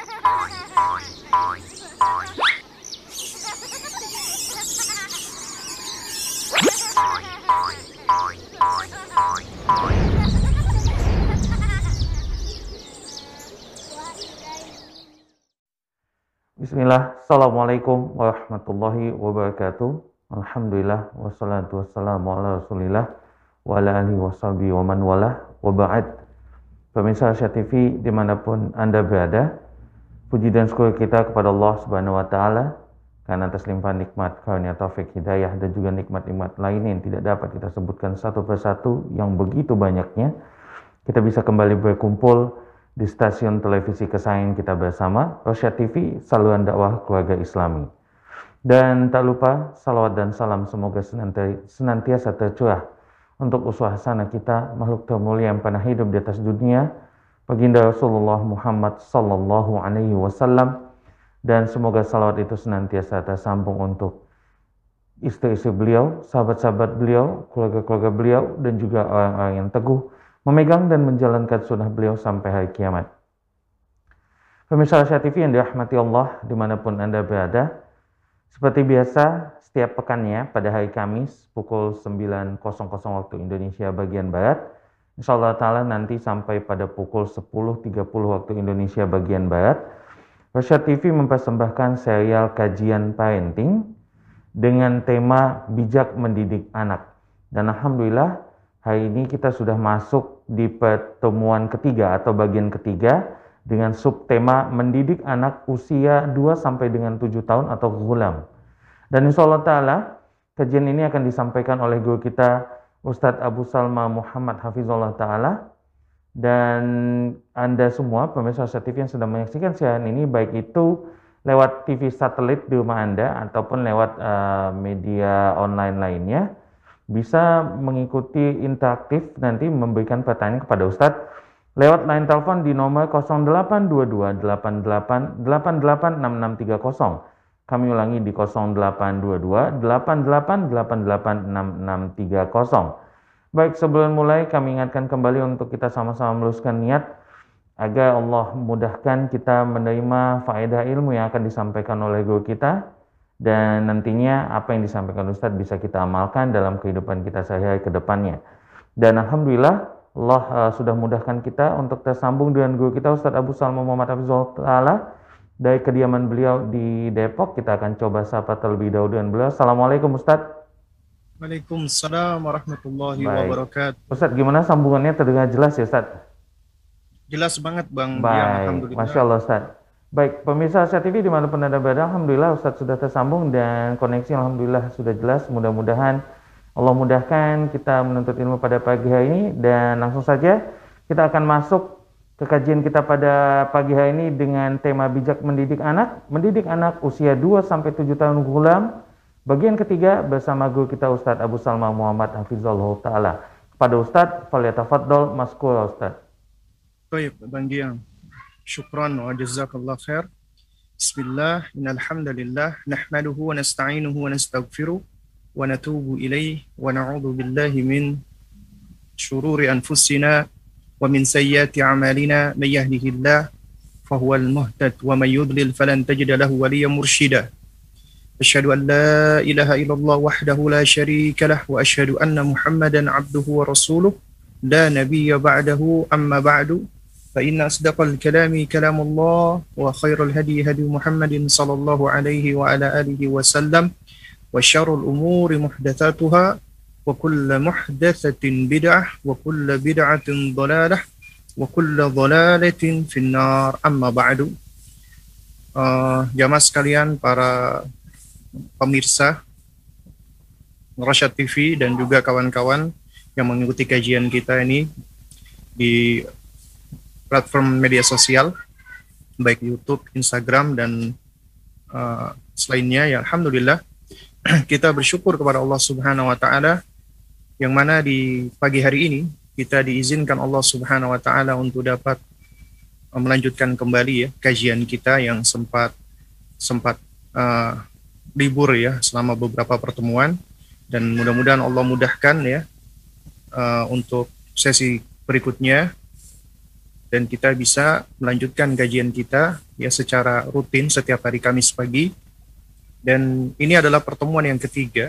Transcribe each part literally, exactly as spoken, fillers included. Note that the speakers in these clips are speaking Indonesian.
Bismillah, Assalamualaikum warahmatullahi wabarakatuh. Alhamdulillah, wassalatu wassalamu ala rasulillah wa ala alihi washabihi wa man walah wa ba'd. Pemirsa Asia T V dimanapun Anda berada, puji dan syukur kita kepada Allah Subhanahu wa Ta'ala karena atas limpahan nikmat, karunia, taufik, hidayah dan juga nikmat-nikmat lainnya yang tidak dapat kita sebutkan satu persatu yang begitu banyaknya. Kita bisa kembali berkumpul di stasiun televisi kesayangan kita bersama, Rosyad T V, saluran dakwah keluarga Islami. Dan tak lupa, salawat dan salam semoga senantiasa tercurah untuk uswah hasanah kita, makhluk termulia yang pernah hidup di atas dunia, baginda Rasulullah Muhammad sallallahu alaihi wasallam, dan semoga salawat itu senantiasa tersambung untuk istri-istri beliau, sahabat-sahabat beliau, keluarga-keluarga beliau, dan juga orang-orang yang teguh memegang dan menjalankan sunnah beliau sampai hari kiamat. Pemirsa Asia T V yang dirahmati Allah dimanapun Anda berada, seperti biasa setiap pekannya pada hari Kamis pukul sembilan waktu Indonesia bagian Barat, insyaallah ta'ala nanti sampai pada pukul sepuluh tiga puluh waktu Indonesia bagian Barat, Rosyad T V mempersembahkan serial kajian parenting dengan tema bijak mendidik anak. Dan alhamdulillah hari ini kita sudah masuk di pertemuan ketiga atau bagian ketiga dengan subtema mendidik anak usia dua sampai dengan tujuh tahun atau ghulam. Dan insyaallah ta'ala kajian ini akan disampaikan oleh guru kita Ustadz Abu Salma Muhammad Hafizullah ta'ala. Dan Anda semua pemirsa Asia T V yang sedang menyaksikan siaran ini, baik itu lewat T V satelit di rumah Anda ataupun lewat uh, media online lainnya, bisa mengikuti interaktif nanti memberikan pertanyaan kepada Ustadz lewat line telepon di nomor nol delapan dua dua delapan delapan delapan delapan enam enam tiga nol. Kami ulangi di nol delapan dua dua delapan delapan delapan delapan enam enam tiga nol. Baik, sebelum mulai kami ingatkan kembali untuk kita sama-sama meluruskan niat agar Allah mudahkan kita menerima faedah ilmu yang akan disampaikan oleh guru kita. Dan nantinya apa yang disampaikan Ustadz bisa kita amalkan dalam kehidupan kita sehari-hari ke depannya. Dan alhamdulillah Allah uh, sudah mudahkan kita untuk tersambung dengan guru kita Ustadz Abu Salma Muhammad Hafizullah ta'ala dari kediaman beliau di Depok. Kita akan coba sapa terlebih dahulu dengan beliau. Assalamualaikum Ustadz. Waalaikumsalam warahmatullahi Baik. wabarakatuh. Ustadz, gimana sambungannya, terdengar jelas ya Ustadz? Jelas banget Bang. Baik, ya, alhamdulillah. Masya Allah Ustadz. Baik, pemirsa Asia T V dimanapun Anda berada, alhamdulillah Ustadz sudah tersambung dan koneksi alhamdulillah sudah jelas. Mudah-mudahan Allah mudahkan kita menuntut ilmu pada pagi hari ini. Dan langsung saja kita akan masuk ke kajian kita pada pagi hari ini dengan tema bijak mendidik anak, mendidik anak usia dua sampai tujuh tahun ghulam, bagian ketiga bersama guru kita Ustadz Abu Salma Muhammad Hafizullah ta'ala. Kepada Ustadz, falyatafaddal maskura Ustadz. Baik, Bang Giang. Syukran wa jazakallah khair. Bismillah, innalhamdulillah, nahmaduhu wa nasta'inuhu wa nastaghfiruh wa natubu ilaih wa na'udhu billahi min syururi anfusina wa min sayyati amalina man yahdihillah fahuwal muhtad wa man yudlil falan tajida lahu waliyan mursyida. Asyhadu an la ilaha illallah wahdahu la syarika lah wa asyhadu anna Muhammadan abduhu wa rasuluh la nabiyya ba'dahu amma ba'du. فإن أصدق الكلام كلام الله وخير الهدي هدي محمد صلى الله عليه وعلى آله وسلم وشر الأمور محدثاتها وكل محدثة بدعة وكل بدعة ضلالة وكل ضلالة في النار أما بعد. uh, Jamaah sekalian, para pemirsa Rosyad T V dan juga kawan-kawan yang mengikuti kajian kita ini di platform media sosial, baik YouTube, Instagram, dan uh, selainnya, ya alhamdulillah kita bersyukur kepada Allah Subhanahu wa Ta'ala yang mana di pagi hari ini kita diizinkan Allah Subhanahu wa Ta'ala untuk dapat uh, melanjutkan kembali ya kajian kita yang sempat sempat uh, libur ya selama beberapa pertemuan, dan mudah-mudahan Allah mudahkan ya uh, untuk sesi berikutnya. dan kita bisa melanjutkan kajian kita ya secara rutin setiap hari Kamis pagi. Dan ini adalah pertemuan yang ketiga.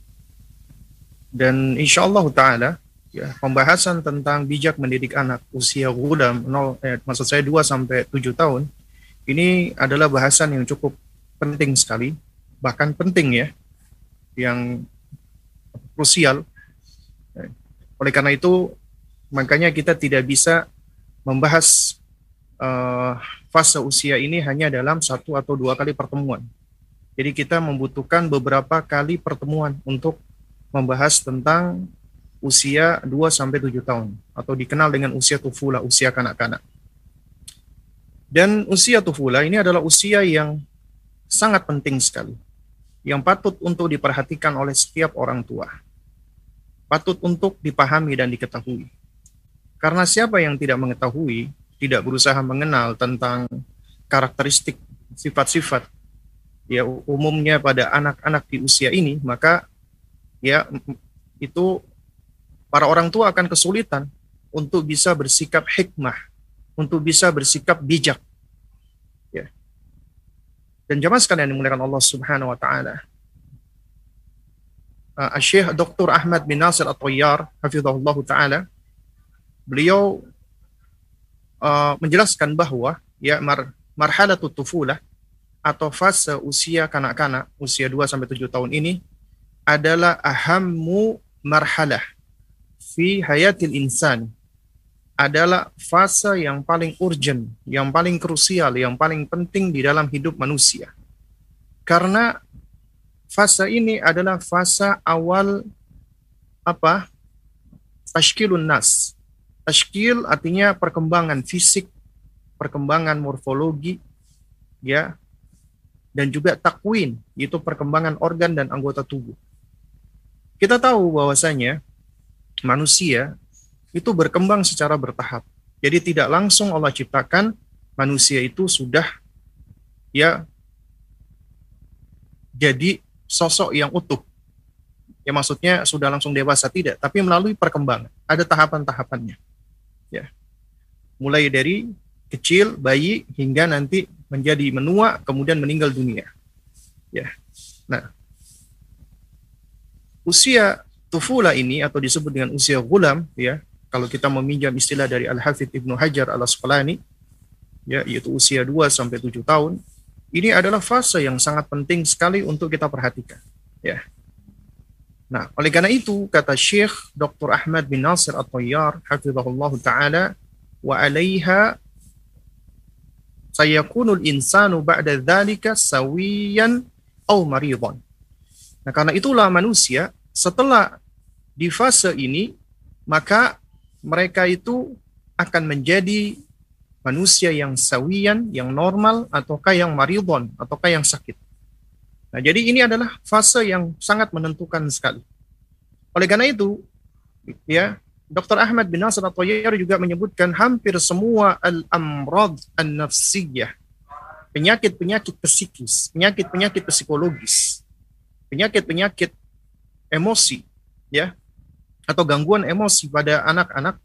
Dan insya Allah Ta'ala ya, pembahasan tentang bijak mendidik anak usia ghulam, nol, eh, maksud saya dua sampai tujuh tahun, ini adalah bahasan yang cukup penting sekali, bahkan penting ya, yang krusial. Oleh karena itu, makanya kita tidak bisa membahas uh, fase usia ini hanya dalam satu atau dua kali pertemuan. Jadi kita membutuhkan beberapa kali pertemuan untuk membahas tentang usia dua sampai tujuh tahun, atau dikenal dengan usia tufula, usia kanak-kanak. Dan usia tufula ini adalah usia yang sangat penting sekali, yang patut untuk diperhatikan oleh setiap orang tua. Patut untuk dipahami dan diketahui. Karena siapa yang tidak mengetahui, tidak berusaha mengenal tentang karakteristik, sifat-sifat ya umumnya pada anak-anak di usia ini, maka ya itu para orang tua akan kesulitan untuk bisa bersikap hikmah, untuk bisa bersikap bijak. Ya. Dan jamaah sekalian yang dimuliakan Allah Subhanahu wa taala. Uh, Syekh Doktor Ahmad bin Nasir At-Tayyar hafizahullah taala, beliau uh, menjelaskan bahwa ya mar marhalatut tufulah atau fase usia kanak-kanak usia dua sampai tujuh tahun ini adalah ahammu marhalah fi hayatil insan, adalah fase yang paling urgent, yang paling krusial, yang paling penting di dalam hidup manusia. Karena fase ini adalah fase awal apa? Tashkilun nas. Tashkil artinya perkembangan fisik, perkembangan morfologi, ya, dan juga takwin, yaitu perkembangan organ dan anggota tubuh. Kita tahu bahwasanya manusia itu berkembang secara bertahap. Jadi tidak langsung Allah ciptakan manusia itu sudah ya jadi sosok yang utuh. Ya maksudnya sudah langsung dewasa, tidak, tapi melalui perkembangan. Ada tahapan-tahapannya. Ya. Mulai dari kecil, bayi, hingga nanti menjadi menua, kemudian meninggal dunia. Ya. Nah, usia tufula ini atau disebut dengan usia ghulam, ya, kalau kita meminjam istilah dari Al-Hafidz Ibnu Hajar Al-Asqalani, ya, yaitu usia dua sampai tujuh tahun, ini adalah fase yang sangat penting sekali untuk kita perhatikan, ya. Nah, oleh karena itu kata Syekh Doktor Ahmad bin Nasir At-Tayyar hafizahullah taala, wa 'alaiha sayakunul insanu ba'da dzalika sawiyan aw maridan. Nah, karena itulah manusia setelah di fase ini, maka mereka itu akan menjadi manusia yang sawiyan, yang normal, ataukah yang maridon, ataukah yang sakit. Nah, jadi ini adalah fase yang sangat menentukan sekali. Oleh karena itu, ya, Doktor Ahmad bin Nasir At-Tayyar juga menyebutkan hampir semua al-amrad an-nafsiyah, penyakit-penyakit psikis, penyakit-penyakit psikologis, penyakit-penyakit emosi, ya, atau gangguan emosi pada anak-anak,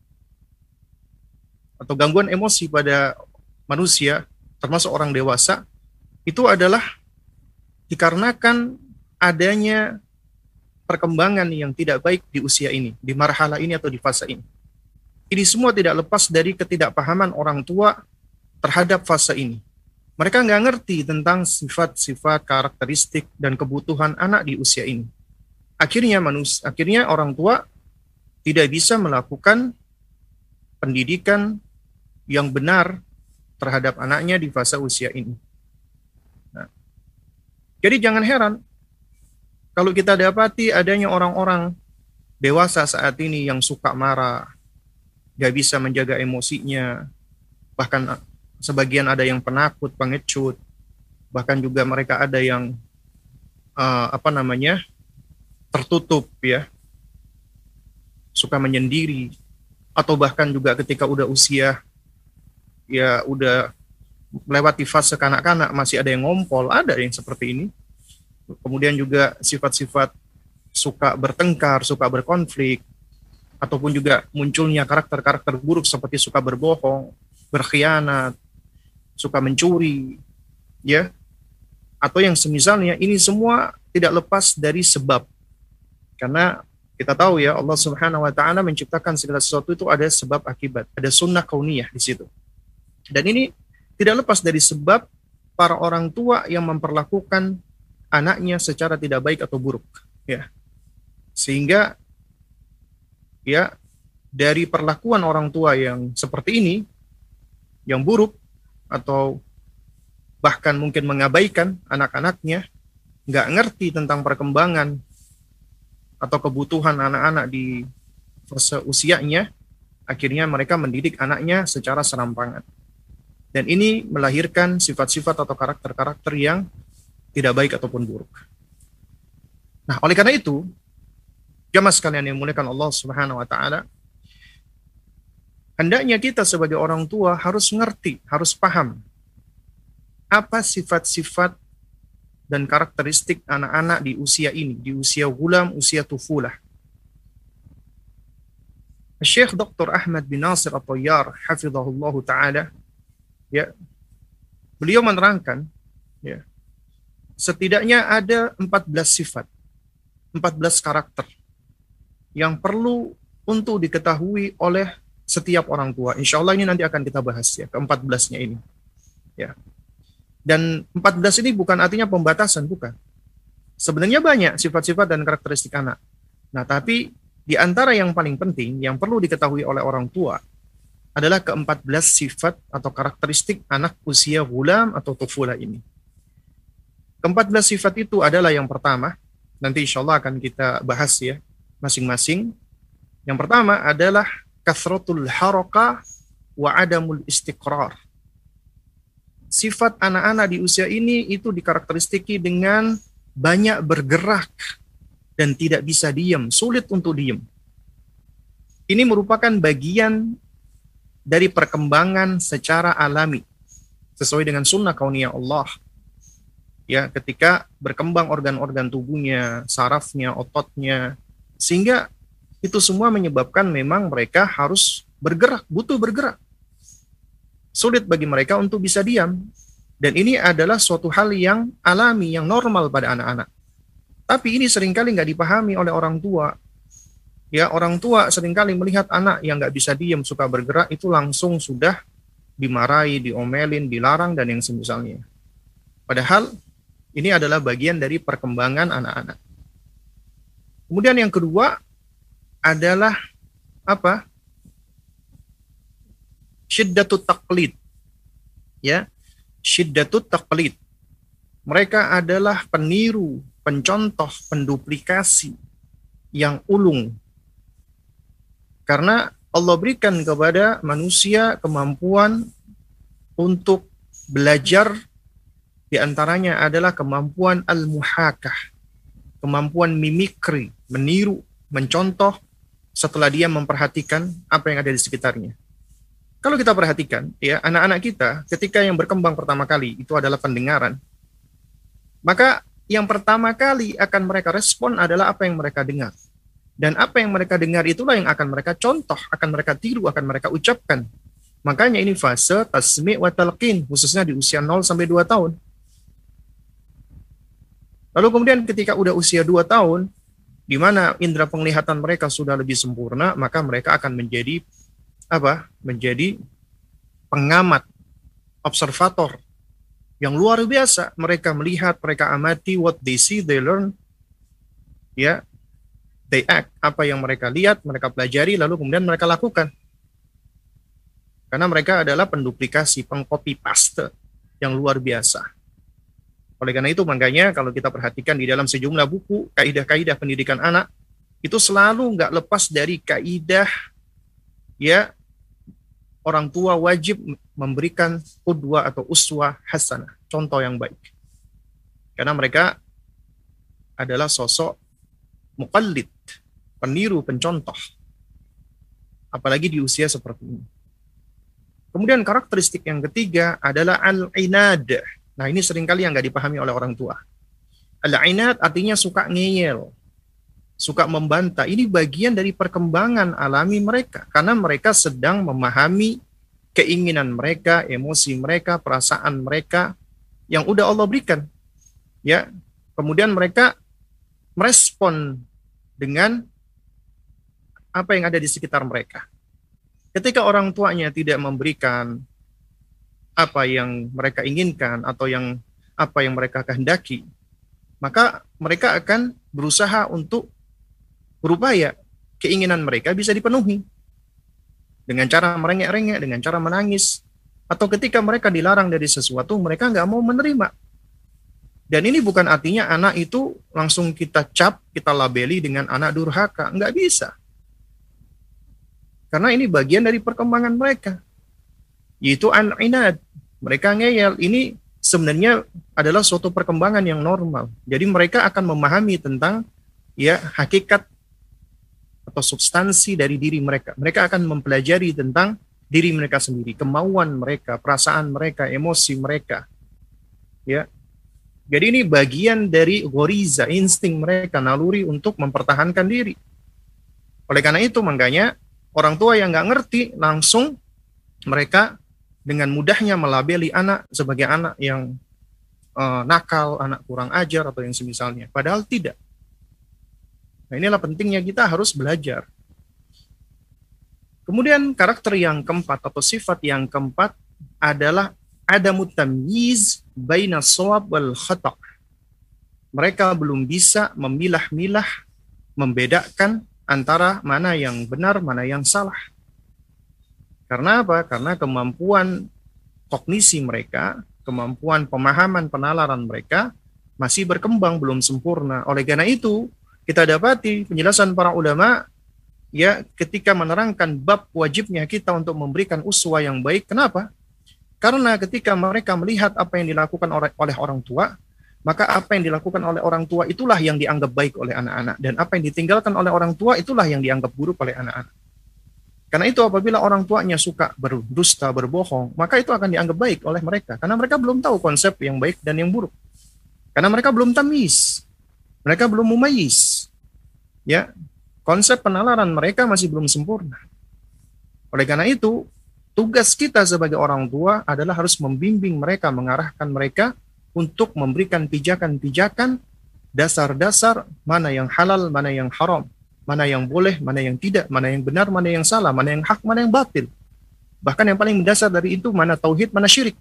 atau gangguan emosi pada manusia, termasuk orang dewasa, itu adalah dikarenakan adanya perkembangan yang tidak baik di usia ini, di marhalah ini atau di fase ini. Ini semua tidak lepas dari ketidakpahaman orang tua terhadap fase ini. Mereka nggak ngerti tentang sifat-sifat, karakteristik, dan kebutuhan anak di usia ini. Akhirnya manusia, akhirnya orang tua tidak bisa melakukan pendidikan yang benar terhadap anaknya di fase usia ini. Nah, jadi jangan heran kalau kita dapati adanya orang-orang dewasa saat ini yang suka marah, gak bisa menjaga emosinya, bahkan sebagian ada yang penakut, pengecut, bahkan juga mereka ada yang uh, apa namanya tertutup, ya, suka menyendiri, atau bahkan juga ketika udah usia, ya udah melewati fase kanak-kanak masih ada yang ngompol, ada yang seperti ini. Kemudian juga sifat-sifat suka bertengkar, suka berkonflik, ataupun juga munculnya karakter-karakter buruk seperti suka berbohong, berkhianat, suka mencuri, ya, atau yang semisalnya, ini semua tidak lepas dari sebab. Karena kita tahu ya, Allah Subhanahu wa taala menciptakan segala sesuatu itu ada sebab akibat, ada sunnah kauniyah di situ. Dan ini tidak lepas dari sebab para orang tua yang memperlakukan anaknya secara tidak baik atau buruk, ya. Sehingga ya, dari perlakuan orang tua yang seperti ini, yang buruk, atau bahkan mungkin mengabaikan anak-anaknya, nggak ngerti tentang perkembangan atau kebutuhan anak-anak di fase usianya, akhirnya mereka mendidik anaknya secara serampangan. Dan ini melahirkan sifat-sifat atau karakter-karakter yang tidak baik ataupun buruk. Nah, oleh karena itu, jamaah sekalian yang dimuliakan Allah Subhanahu wa taala, hendaknya kita sebagai orang tua harus ngerti, harus paham apa sifat-sifat dan karakteristik anak-anak di usia ini, di usia gulam, usia tufulah. Syekh doktor Ahmad bin Nasir At-Tayyar hafizahullah taala, ya, beliau menerangkan, ya, setidaknya ada empat belas sifat, empat belas karakter yang perlu untuk diketahui oleh setiap orang tua. Insya Allah ini nanti akan kita bahas ya, ke empat belasnya ini. Ya. Dan empat belas ini bukan artinya pembatasan, bukan. Sebenarnya banyak sifat-sifat dan karakteristik anak. Nah, tapi di antara yang paling penting, yang perlu diketahui oleh orang tua, adalah ke empat belas sifat atau karakteristik anak usia gulam atau tufulah ini. ke empat belas sifat itu adalah yang pertama, nanti insya Allah akan kita bahas ya, masing-masing. Yang pertama adalah kathratul harakah wa adamul istiqrar. Sifat anak-anak di usia ini itu dikarakteristiki dengan banyak bergerak dan tidak bisa diam, sulit untuk diam. Ini merupakan bagian dari perkembangan secara alami sesuai dengan sunnah kauniyah Allah. Ya, ketika berkembang organ-organ tubuhnya, sarafnya, ototnya, sehingga itu semua menyebabkan memang mereka harus bergerak, butuh bergerak. Sulit bagi mereka untuk bisa diam. Dan ini adalah suatu hal yang alami, yang normal pada anak-anak. Tapi ini seringkali nggak dipahami oleh orang tua. Ya, orang tua seringkali melihat anak yang nggak bisa diam, suka bergerak, itu langsung sudah dimarahi, diomelin, dilarang, dan yang semisalnya. Padahal ini adalah bagian dari perkembangan anak-anak. Kemudian yang kedua adalah apa? Syiddatut taqlid. Ya, syiddatut taqlid. Mereka adalah peniru, pencontoh, penduplikasi yang ulung. Karena Allah berikan kepada manusia kemampuan untuk belajar, di antaranya adalah kemampuan al-muhakah, kemampuan mimikri, meniru, mencontoh setelah dia memperhatikan apa yang ada di sekitarnya. Kalau kita perhatikan, ya, anak-anak kita ketika yang berkembang pertama kali itu adalah pendengaran, maka yang pertama kali akan mereka respon adalah apa yang mereka dengar. Dan apa yang mereka dengar itulah yang akan mereka contoh, akan mereka tiru, akan mereka ucapkan. Makanya ini fase tasmi' wa talqin, khususnya di usia nol sampai dua tahun. Lalu kemudian ketika udah usia dua tahun, di mana indera penglihatan mereka sudah lebih sempurna, maka mereka akan menjadi apa? Menjadi pengamat, observator yang luar biasa. Mereka melihat, mereka amati, what they see, they learn. Ya, they act, apa yang mereka lihat, mereka pelajari, lalu kemudian mereka lakukan. Karena mereka adalah penduplikasi, pengcopy paste yang luar biasa. Oleh karena itu, makanya kalau kita perhatikan di dalam sejumlah buku, kaidah-kaidah pendidikan anak, itu selalu nggak lepas dari kaidah, ya, orang tua wajib memberikan qudwah atau uswah hasanah, contoh yang baik. Karena mereka adalah sosok muqallid, peniru, pencontoh. Apalagi di usia seperti ini. Kemudian karakteristik yang ketiga adalah al-inad. Nah, ini seringkali yang nggak dipahami oleh orang tua. Al-inad artinya suka ngeyel, suka membantah. Ini bagian dari perkembangan alami mereka. Karena mereka sedang memahami keinginan mereka, emosi mereka, perasaan mereka yang udah Allah berikan. Ya, kemudian mereka merespon dengan apa yang ada di sekitar mereka. Ketika orang tuanya tidak memberikan apa yang mereka inginkan atau yang apa yang mereka kehendaki, maka mereka akan berusaha untuk berupaya keinginan mereka bisa dipenuhi dengan cara merengek-rengek, dengan cara menangis, atau ketika mereka dilarang dari sesuatu, mereka nggak mau menerima. Dan ini bukan artinya anak itu langsung kita cap, kita labeli dengan anak durhaka. Nggak bisa. Karena ini bagian dari perkembangan mereka. Yaitu an-inad. Mereka ngeyel. Ini sebenarnya adalah suatu perkembangan yang normal. Jadi mereka akan memahami tentang ya hakikat atau substansi dari diri mereka. Mereka akan mempelajari tentang diri mereka sendiri, kemauan mereka, perasaan mereka, emosi mereka. Ya. Jadi ini bagian dari ghoriza, insting mereka, naluri untuk mempertahankan diri. Oleh karena itu, makanya orang tua yang nggak ngerti, langsung mereka dengan mudahnya melabeli anak sebagai anak yang uh, nakal, anak kurang ajar, atau yang semisalnya. Padahal tidak. Nah, inilah pentingnya kita harus belajar. Kemudian karakter yang keempat atau sifat yang keempat adalah adamu tamyiz baina shawab wal khata'. Mereka belum bisa memilah-milah, membedakan antara mana yang benar, mana yang salah. Karena apa? Karena kemampuan kognisi mereka, kemampuan pemahaman penalaran mereka masih berkembang, belum sempurna. Oleh karena itu, kita dapati penjelasan para ulama ya ketika menerangkan bab wajibnya kita untuk memberikan uswah yang baik. Kenapa? Karena ketika mereka melihat apa yang dilakukan oleh orang tua, maka apa yang dilakukan oleh orang tua itulah yang dianggap baik oleh anak-anak, dan apa yang ditinggalkan oleh orang tua itulah yang dianggap buruk oleh anak-anak. Karena itu apabila orang tuanya suka berdusta, berbohong, maka itu akan dianggap baik oleh mereka, karena mereka belum tahu konsep yang baik dan yang buruk. Karena mereka belum tamyiz, mereka belum mumayyiz. Ya, konsep penalaran mereka masih belum sempurna. Oleh karena itu, tugas kita sebagai orang tua adalah harus membimbing mereka, mengarahkan mereka untuk memberikan pijakan-pijakan, dasar-dasar mana yang halal, mana yang haram, mana yang boleh, mana yang tidak, mana yang benar, mana yang salah, mana yang hak, mana yang batil. Bahkan yang paling mendasar dari itu, mana tauhid, mana syirik.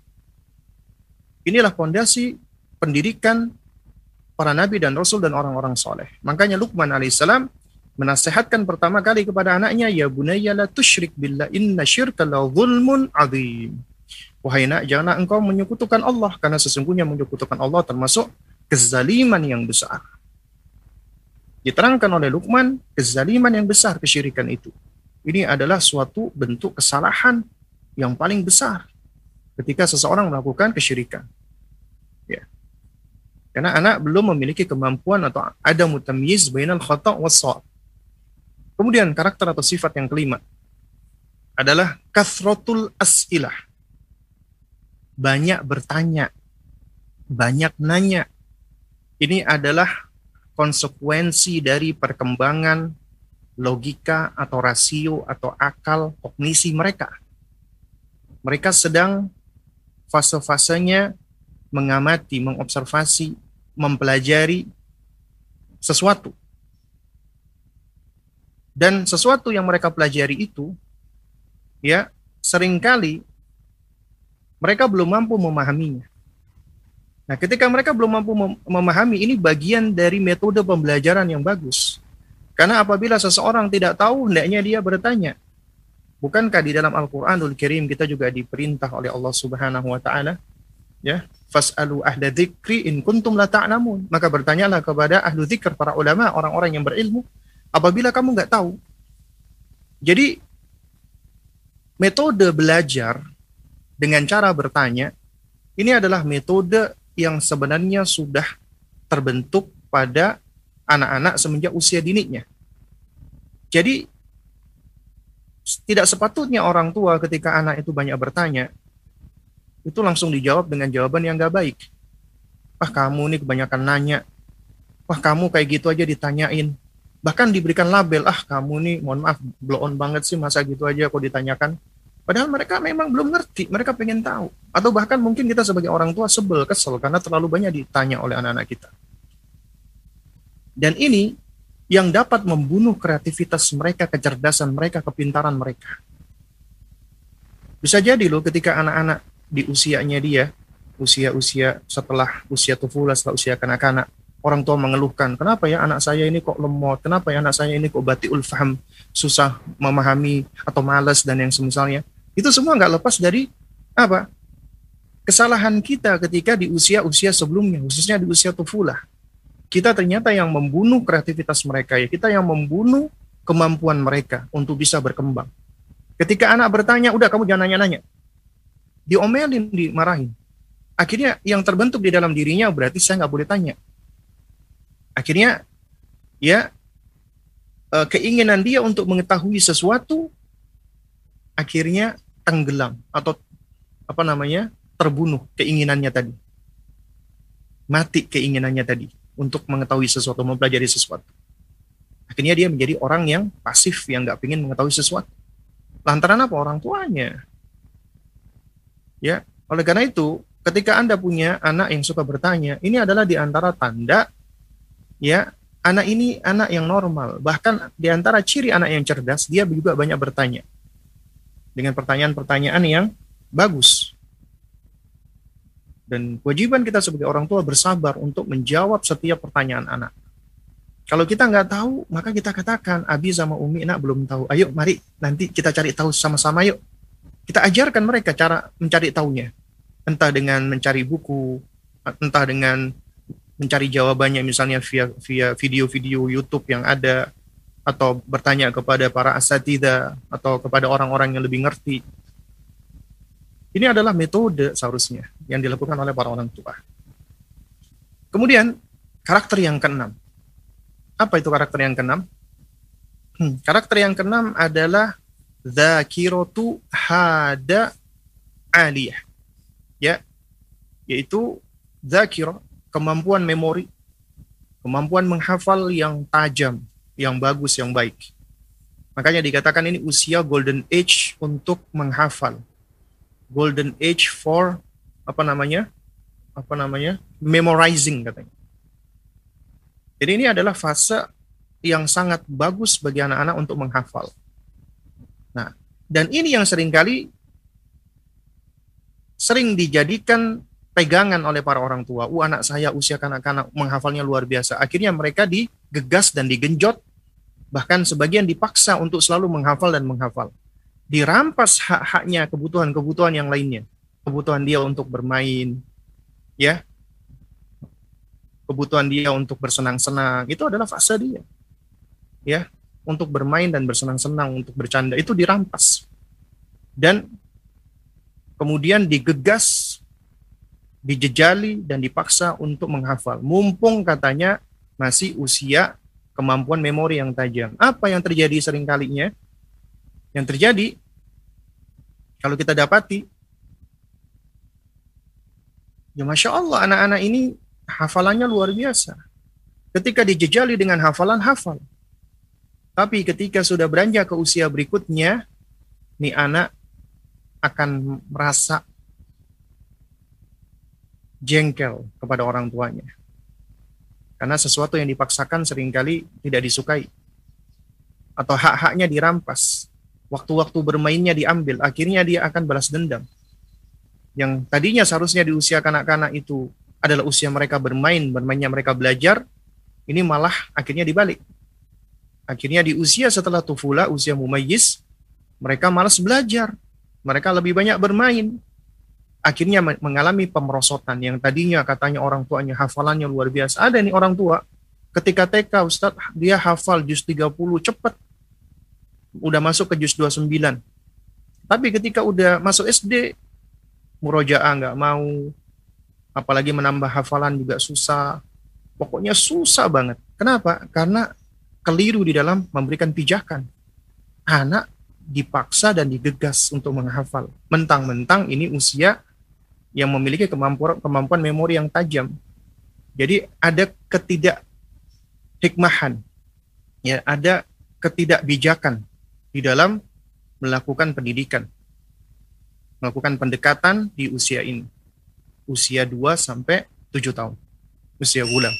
Inilah fondasi pendidikan para nabi dan rasul dan orang-orang soleh. Makanya Luqman alaihissalam menasihatkan pertama kali kepada anaknya, ya bunayya la tusyrik billah inna syirka la zulmun azim. Wahai nak, janganlah engkau menyekutukan Allah, karena sesungguhnya menyekutukan Allah termasuk kezaliman yang besar. Diterangkan oleh Luqman, kezaliman yang besar, kesyirikan itu. Ini adalah suatu bentuk kesalahan yang paling besar ketika seseorang melakukan kesyirikan. Ya. Karena anak belum memiliki kemampuan atau ada mutamyiz bainal khata' was shawab. Kemudian karakter atau sifat yang kelima adalah kathratul as'ilah. Banyak bertanya, banyak nanya. Ini adalah konsekuensi dari perkembangan logika atau rasio atau akal kognisi mereka. Mereka sedang fase-fasenya mengamati, mengobservasi, mempelajari sesuatu. Dan sesuatu yang mereka pelajari itu, ya, seringkali mereka belum mampu memahaminya. Nah, ketika mereka belum mampu mem- memahami, ini bagian dari metode pembelajaran yang bagus. Karena apabila seseorang tidak tahu, hendaknya dia bertanya. Bukankah di dalam Al-Quranul Karim kita juga diperintah oleh Allah Subhanahu wa Ta'ala, ya, fas'alu ahla dzikri in kuntum la ta'lamun. Maka bertanyalah kepada ahlu dzikr, para ulama, orang-orang yang berilmu, apabila kamu nggak tahu. Jadi metode belajar dengan cara bertanya ini adalah metode yang sebenarnya sudah terbentuk pada anak-anak semenjak usia dininya. Jadi tidak sepatutnya orang tua ketika anak itu banyak bertanya itu langsung dijawab dengan jawaban yang nggak baik. Wah, kamu nih kebanyakan nanya. Wah, kamu kayak gitu aja ditanyain. Bahkan diberikan label, ah kamu nih mohon maaf blow on banget sih, masa gitu aja kok ditanyakan. Padahal mereka memang belum ngerti, mereka pengen tahu. Atau bahkan mungkin kita sebagai orang tua sebel, kesel karena terlalu banyak ditanya oleh anak-anak kita. Dan ini yang dapat membunuh kreativitas mereka, kecerdasan mereka, kepintaran mereka. Bisa jadi loh ketika anak-anak di usianya dia, usia-usia setelah usia tufula, setelah usia kanak-kanak, orang tua mengeluhkan, kenapa ya anak saya ini kok lemot, kenapa ya anak saya ini kok batiul faham, susah memahami atau malas dan yang semisalnya. Itu semua nggak lepas dari apa? Kesalahan kita ketika di usia-usia sebelumnya, khususnya di usia tufulah. Kita ternyata yang membunuh kreativitas mereka, ya kita yang membunuh kemampuan mereka untuk bisa berkembang. Ketika anak bertanya, udah kamu jangan nanya-nanya. Diomelin, dimarahin. Akhirnya yang terbentuk di dalam dirinya berarti saya nggak boleh tanya. Akhirnya ya keinginan dia untuk mengetahui sesuatu akhirnya tenggelam atau apa namanya terbunuh keinginannya tadi, mati keinginannya tadi untuk mengetahui sesuatu, mempelajari sesuatu. Akhirnya dia menjadi orang yang pasif, yang nggak ingin mengetahui sesuatu. Lantaran apa? Orang tuanya. Ya, oleh karena itu, ketika Anda punya anak yang suka bertanya, ini adalah di antara tanda, ya, anak ini anak yang normal. Bahkan di antara ciri anak yang cerdas, dia juga banyak bertanya. Dengan pertanyaan-pertanyaan yang bagus. Dan kewajiban kita sebagai orang tua bersabar untuk menjawab setiap pertanyaan anak. Kalau kita nggak tahu, maka kita katakan, Abi sama Umi nak belum tahu. Ayo, mari nanti kita cari tahu sama-sama yuk. Kita ajarkan mereka cara mencari tahunya. Entah dengan mencari buku, entah dengan mencari jawabannya misalnya via via video-video YouTube yang ada, atau bertanya kepada para asatidzah atau kepada orang-orang yang lebih ngerti. Ini adalah metode seharusnya yang dilakukan oleh para orang tua. Kemudian karakter yang keenam. Apa itu karakter yang keenam? Hmm, karakter yang keenam adalah dzakiratu hada aliyah. Ya, yaitu dzakirah, kemampuan memori, kemampuan menghafal yang tajam, yang bagus, yang baik. Makanya dikatakan ini usia golden age untuk menghafal. Golden age for apa namanya? Apa namanya? Memorizing katanya. Jadi ini adalah fase yang sangat bagus bagi anak-anak untuk menghafal. Nah, dan ini yang seringkali sering dijadikan pegangan oleh para orang tua. Uh, anak saya usia kanak-kanak menghafalnya luar biasa. Akhirnya mereka digegas dan digenjot, bahkan sebagian dipaksa untuk selalu menghafal dan menghafal. Dirampas hak-haknya, kebutuhan-kebutuhan yang lainnya. Kebutuhan dia untuk bermain, ya, kebutuhan dia untuk bersenang-senang, itu adalah fase dia. Ya, untuk bermain dan bersenang-senang, untuk bercanda, itu dirampas. Dan kemudian digegas, dijejali, dan dipaksa untuk menghafal. Mumpung katanya masih usia kemampuan memori yang tajam. Apa yang terjadi seringkalinya? Yang terjadi, kalau kita dapati, ya Masya Allah, anak-anak ini hafalannya luar biasa. Ketika dijejali dengan hafalan, hafal. Tapi ketika sudah beranjak ke usia berikutnya, nih anak akan merasa jengkel kepada orang tuanya. Karena sesuatu yang dipaksakan seringkali tidak disukai. Atau hak-haknya dirampas. Waktu-waktu bermainnya diambil. Akhirnya dia akan balas dendam. Yang tadinya seharusnya di usia kanak-kanak itu adalah usia mereka bermain, bermainnya mereka belajar. Ini malah akhirnya dibalik. Akhirnya di usia setelah tufula, usia mumayyiz, mereka malas belajar. Mereka lebih banyak bermain. Akhirnya mengalami pemerosotan yang tadinya katanya orang tuanya hafalannya luar biasa. Ada nih orang tua, ketika T K, Ustadz, dia hafal juz tiga puluh cepat. Udah masuk ke juz dua puluh sembilan. Tapi ketika udah masuk S D, murojaah nggak mau, apalagi menambah hafalan juga susah. Pokoknya susah banget. Kenapa? Karena keliru di dalam memberikan pijakan. Anak dipaksa dan digegas untuk menghafal. Mentang-mentang ini usia yang memiliki kemampuan, kemampuan memori yang tajam. Jadi ada ketidakhikmahan ya ada ketidakbijakan di dalam melakukan pendidikan, melakukan pendekatan di usia ini, usia dua sampai tujuh tahun, usia bulan.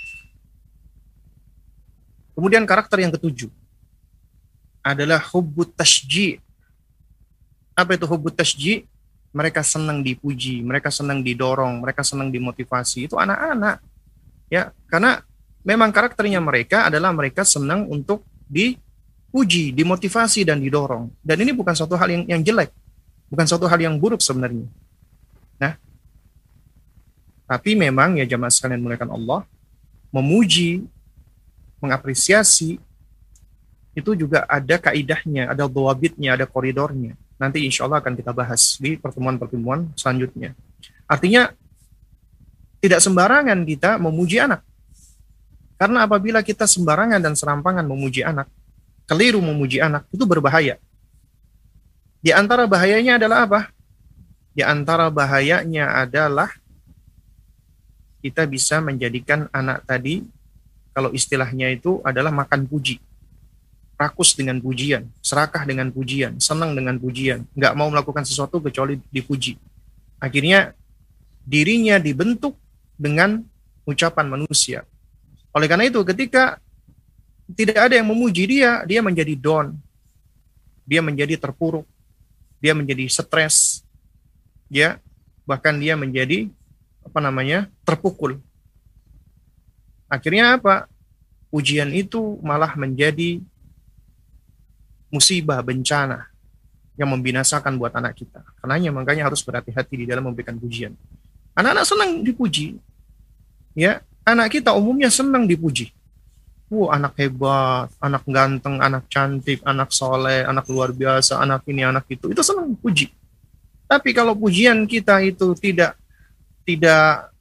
Kemudian karakter yang ketujuh adalah hubbut tashji'. Apa itu hubbut tashji'? Mereka senang dipuji, mereka senang didorong, mereka senang dimotivasi. Itu anak-anak. Ya, karena memang karakternya mereka adalah mereka senang untuk dipuji, dimotivasi dan didorong. Dan ini bukan suatu hal yang yang jelek, bukan suatu hal yang buruk sebenarnya. Nah, tapi memang ya jamaah sekalian muliakan Allah, memuji, mengapresiasi itu juga ada kaidahnya, ada dhawabitnya, ada koridornya. Nanti insya Allah akan kita bahas di pertemuan-pertemuan selanjutnya. Artinya tidak sembarangan kita memuji anak. Karena apabila kita sembarangan dan serampangan memuji anak, keliru memuji anak, itu berbahaya. Di antara bahayanya adalah apa? Di antara bahayanya adalah kita bisa menjadikan anak tadi, kalau istilahnya itu adalah makan puji. Rakus dengan pujian, serakah dengan pujian, senang dengan pujian, nggak mau melakukan sesuatu kecuali dipuji. Akhirnya dirinya dibentuk dengan ucapan manusia. Oleh karena itu, ketika tidak ada yang memuji dia, dia menjadi down, dia menjadi terpuruk, dia menjadi stres, ya, bahkan dia menjadi apa namanya terpukul. Akhirnya apa? Pujian itu malah menjadi musibah, bencana yang membinasakan buat anak kita. Karenanya makanya harus berhati-hati di dalam memberikan pujian. Anak-anak senang dipuji. Ya, anak kita umumnya senang dipuji. Wah, anak hebat, anak ganteng, anak cantik, anak soleh, anak luar biasa, anak ini, anak itu. Itu senang dipuji. Tapi kalau pujian kita itu tidak tidak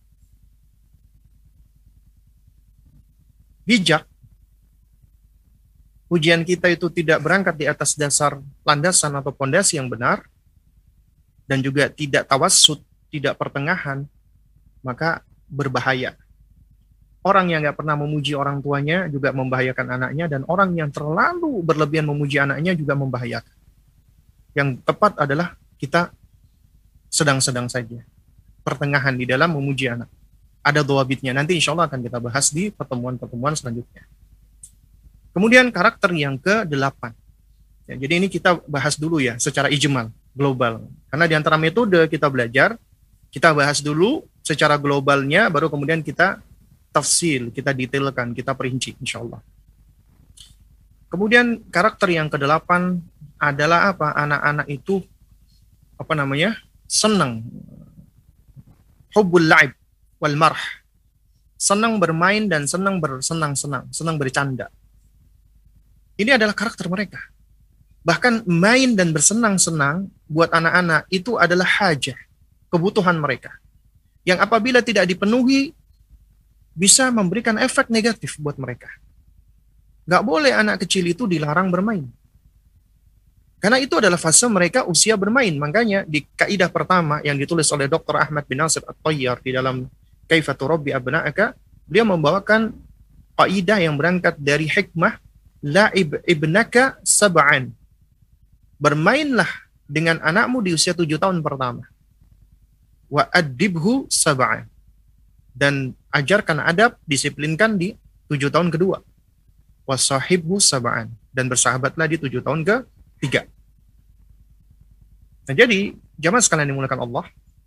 bijak, pujian kita itu tidak berangkat di atas dasar landasan atau pondasi yang benar, dan juga tidak tawassut, tidak pertengahan, maka berbahaya. Orang yang nggak pernah memuji orang tuanya juga membahayakan anaknya, dan orang yang terlalu berlebihan memuji anaknya juga membahayakan. Yang tepat adalah kita sedang-sedang saja, pertengahan di dalam memuji anak. Ada dhawabitnya, nanti insya Allah akan kita bahas di pertemuan-pertemuan selanjutnya. Kemudian karakter yang kedelapan. Ya, jadi ini kita bahas dulu ya secara ijmal, global. Karena di antara metode kita belajar, kita bahas dulu secara globalnya, baru kemudian kita tafsil, kita detailkan, kita perinci insya Allah. Kemudian karakter yang kedelapan adalah apa? Anak-anak itu apa namanya? Senang. Hubbul la'ib wal marh. Senang bermain dan senang bersenang-senang, senang bercanda. Ini adalah karakter mereka. Bahkan main dan bersenang-senang buat anak-anak itu adalah hajah, kebutuhan mereka. Yang apabila tidak dipenuhi, bisa memberikan efek negatif buat mereka. Gak boleh anak kecil itu dilarang bermain. Karena itu adalah fase mereka usia bermain. Makanya di kaidah pertama yang ditulis oleh doktor Ahmad bin Nasir At-Tayyar di dalam Kaifatu Rabbi Abna'aka, beliau membawakan kaidah yang berangkat dari hikmah la'ib ibnaka sab'an. Bermainlah dengan anakmu di usia tujuh tahun pertama. Wa adibhu sab'an. Dan ajarkan adab, disiplinkan di tujuh tahun kedua. Wa sahibhu sab'an. Dan bersahabatlah di tujuh tahun ketiga. Nah jadi, jamaah sekalian dimulakan Allah,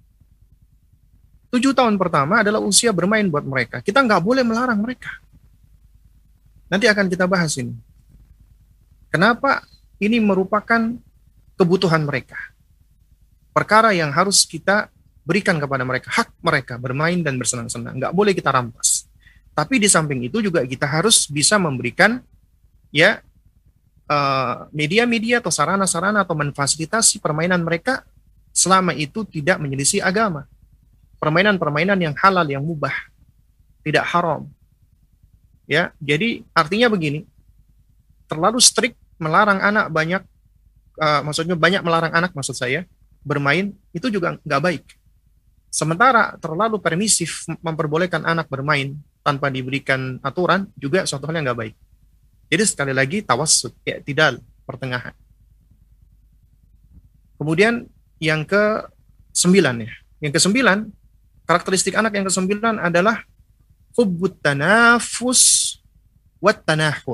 tujuh tahun pertama adalah usia bermain buat mereka. Kita nggak boleh melarang mereka. Nanti akan kita bahas ini. Kenapa ini merupakan kebutuhan mereka. Perkara yang harus kita berikan kepada mereka. Hak mereka bermain dan bersenang-senang. Nggak boleh kita rampas. Tapi di samping itu juga kita harus bisa memberikan ya media-media atau sarana-sarana atau memfasilitasi permainan mereka selama itu tidak menyelisih agama. Permainan-permainan yang halal, yang mubah. Tidak haram. Ya, jadi artinya begini, terlalu strict melarang anak banyak, uh, maksudnya banyak melarang anak maksud saya bermain itu juga nggak baik. Sementara terlalu permisif memperbolehkan anak bermain tanpa diberikan aturan juga suatu hal yang nggak baik. Jadi sekali lagi tawassut, i'tidal, pertengahan. Kemudian yang ke sembilan ya. Yang ke sembilan, karakteristik anak yang ke sembilan adalah hubbut tanafus wat tanahur.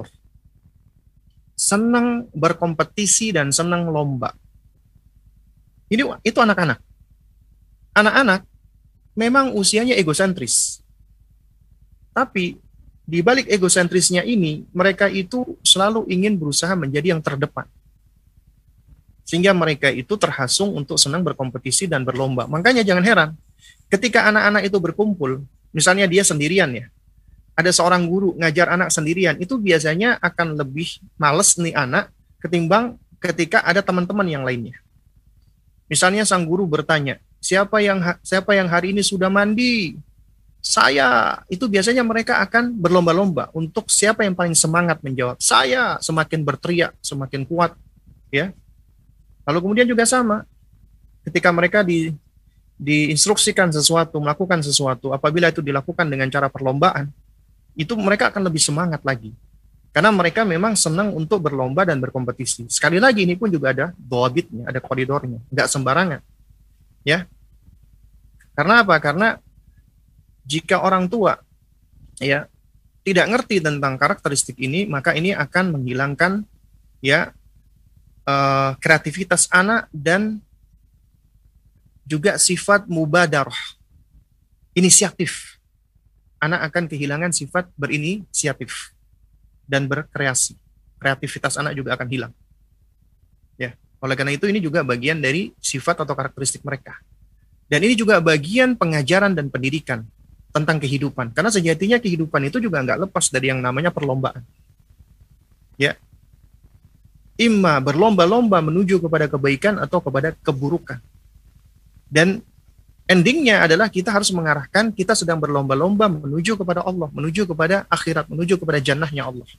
Senang berkompetisi dan senang lomba. Ini itu anak-anak. Anak-anak memang usianya egosentris. Tapi di balik egosentrisnya ini, mereka itu selalu ingin berusaha menjadi yang terdepan. Sehingga mereka itu terhasung untuk senang berkompetisi dan berlomba. Makanya jangan heran, ketika anak-anak itu berkumpul, misalnya dia sendirian ya, ada seorang guru ngajar anak sendirian, itu biasanya akan lebih males nih anak ketimbang ketika ada teman-teman yang lainnya. Misalnya sang guru bertanya, siapa yang siapa yang hari ini sudah mandi? Saya. Itu biasanya mereka akan berlomba-lomba untuk siapa yang paling semangat menjawab. Saya, semakin berteriak, semakin kuat, ya. Lalu kemudian juga sama, ketika mereka di, diinstruksikan sesuatu, melakukan sesuatu, apabila itu dilakukan dengan cara perlombaan, itu mereka akan lebih semangat lagi. Karena mereka memang senang untuk berlomba dan berkompetisi. Sekali lagi, ini pun juga ada dhawabitnya, ada koridornya, nggak sembarangan. Ya. Karena apa? Karena jika orang tua ya tidak ngerti tentang karakteristik ini, maka ini akan menghilangkan ya Uh, kreativitas anak dan juga sifat mubadarah, inisiatif. Anak akan kehilangan sifat berinisiatif dan berkreasi. Kreativitas anak juga akan hilang. Ya, oleh karena itu ini juga bagian dari sifat atau karakteristik mereka. Dan ini juga bagian pengajaran dan pendidikan tentang kehidupan. Karena sejatinya kehidupan itu juga nggak lepas dari yang namanya perlombaan. Ya. Imma berlomba-lomba menuju kepada kebaikan atau kepada keburukan. Dan endingnya adalah kita harus mengarahkan kita sedang berlomba-lomba menuju kepada Allah, menuju kepada akhirat, menuju kepada jannahnya Allah.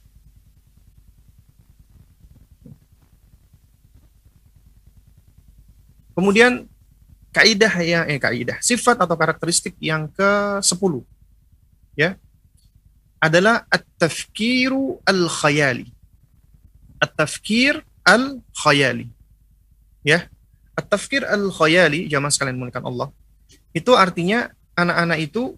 Kemudian kaidah ya eh kaidah, sifat atau karakteristik yang ke sepuluh ya adalah at-tafkiru al-khayali. At-tafkir al-khayali. Ya. At-tafkir al-khayali, jamaah sekalian muliakan Allah. Itu artinya anak-anak itu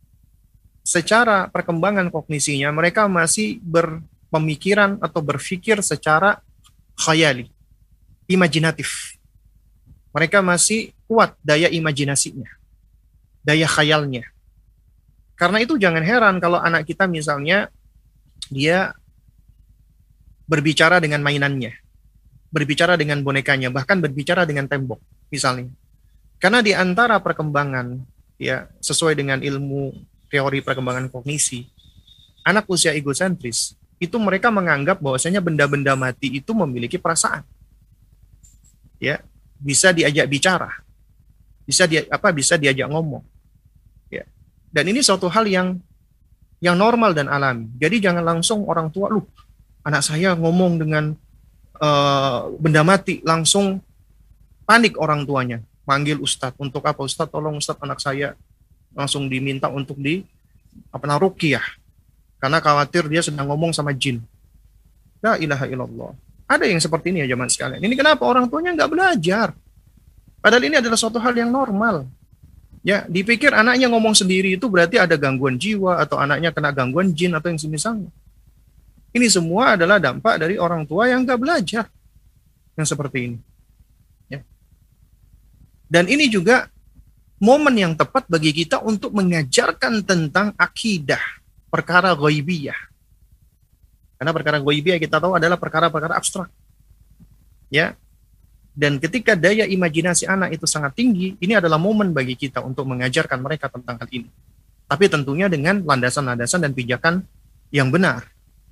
secara perkembangan kognisinya mereka masih berpemikiran atau berpikir secara khayali, imajinatif. Mereka masih kuat daya imajinasinya, daya khayalnya. Karena itu jangan heran kalau anak kita misalnya dia berbicara dengan mainannya, berbicara dengan bonekanya, bahkan berbicara dengan tembok, misalnya. Karena di antara perkembangan, ya sesuai dengan ilmu teori perkembangan kognisi, anak usia egosentris, itu mereka menganggap bahwasanya benda-benda mati itu memiliki perasaan. Ya, bisa diajak bicara, bisa dia apa bisa diajak ngomong. Ya. Dan ini suatu hal yang yang normal dan alami. Jadi jangan langsung orang tua lu anak saya ngomong dengan uh, benda mati, langsung panik orang tuanya. Manggil ustadz, untuk apa ustadz? Tolong ustadz, anak saya langsung diminta untuk di apa namanya ruqyah. Karena khawatir dia sedang ngomong sama jin. La ilaha illallah. Ada yang seperti ini ya jemaah sekalian. Ini kenapa orang tuanya nggak belajar? Padahal ini adalah suatu hal yang normal. Ya, dipikir anaknya ngomong sendiri itu berarti ada gangguan jiwa atau anaknya kena gangguan jin atau yang semisalnya. Ini semua adalah dampak dari orang tua yang nggak belajar yang seperti ini. Ya. Dan ini juga momen yang tepat bagi kita untuk mengajarkan tentang akidah, perkara ghaibiyah. Karena perkara ghaibiyah kita tahu adalah perkara-perkara abstrak. Ya. Dan ketika daya imajinasi anak itu sangat tinggi, ini adalah momen bagi kita untuk mengajarkan mereka tentang hal ini. Tapi tentunya dengan landasan-landasan dan pijakan yang benar.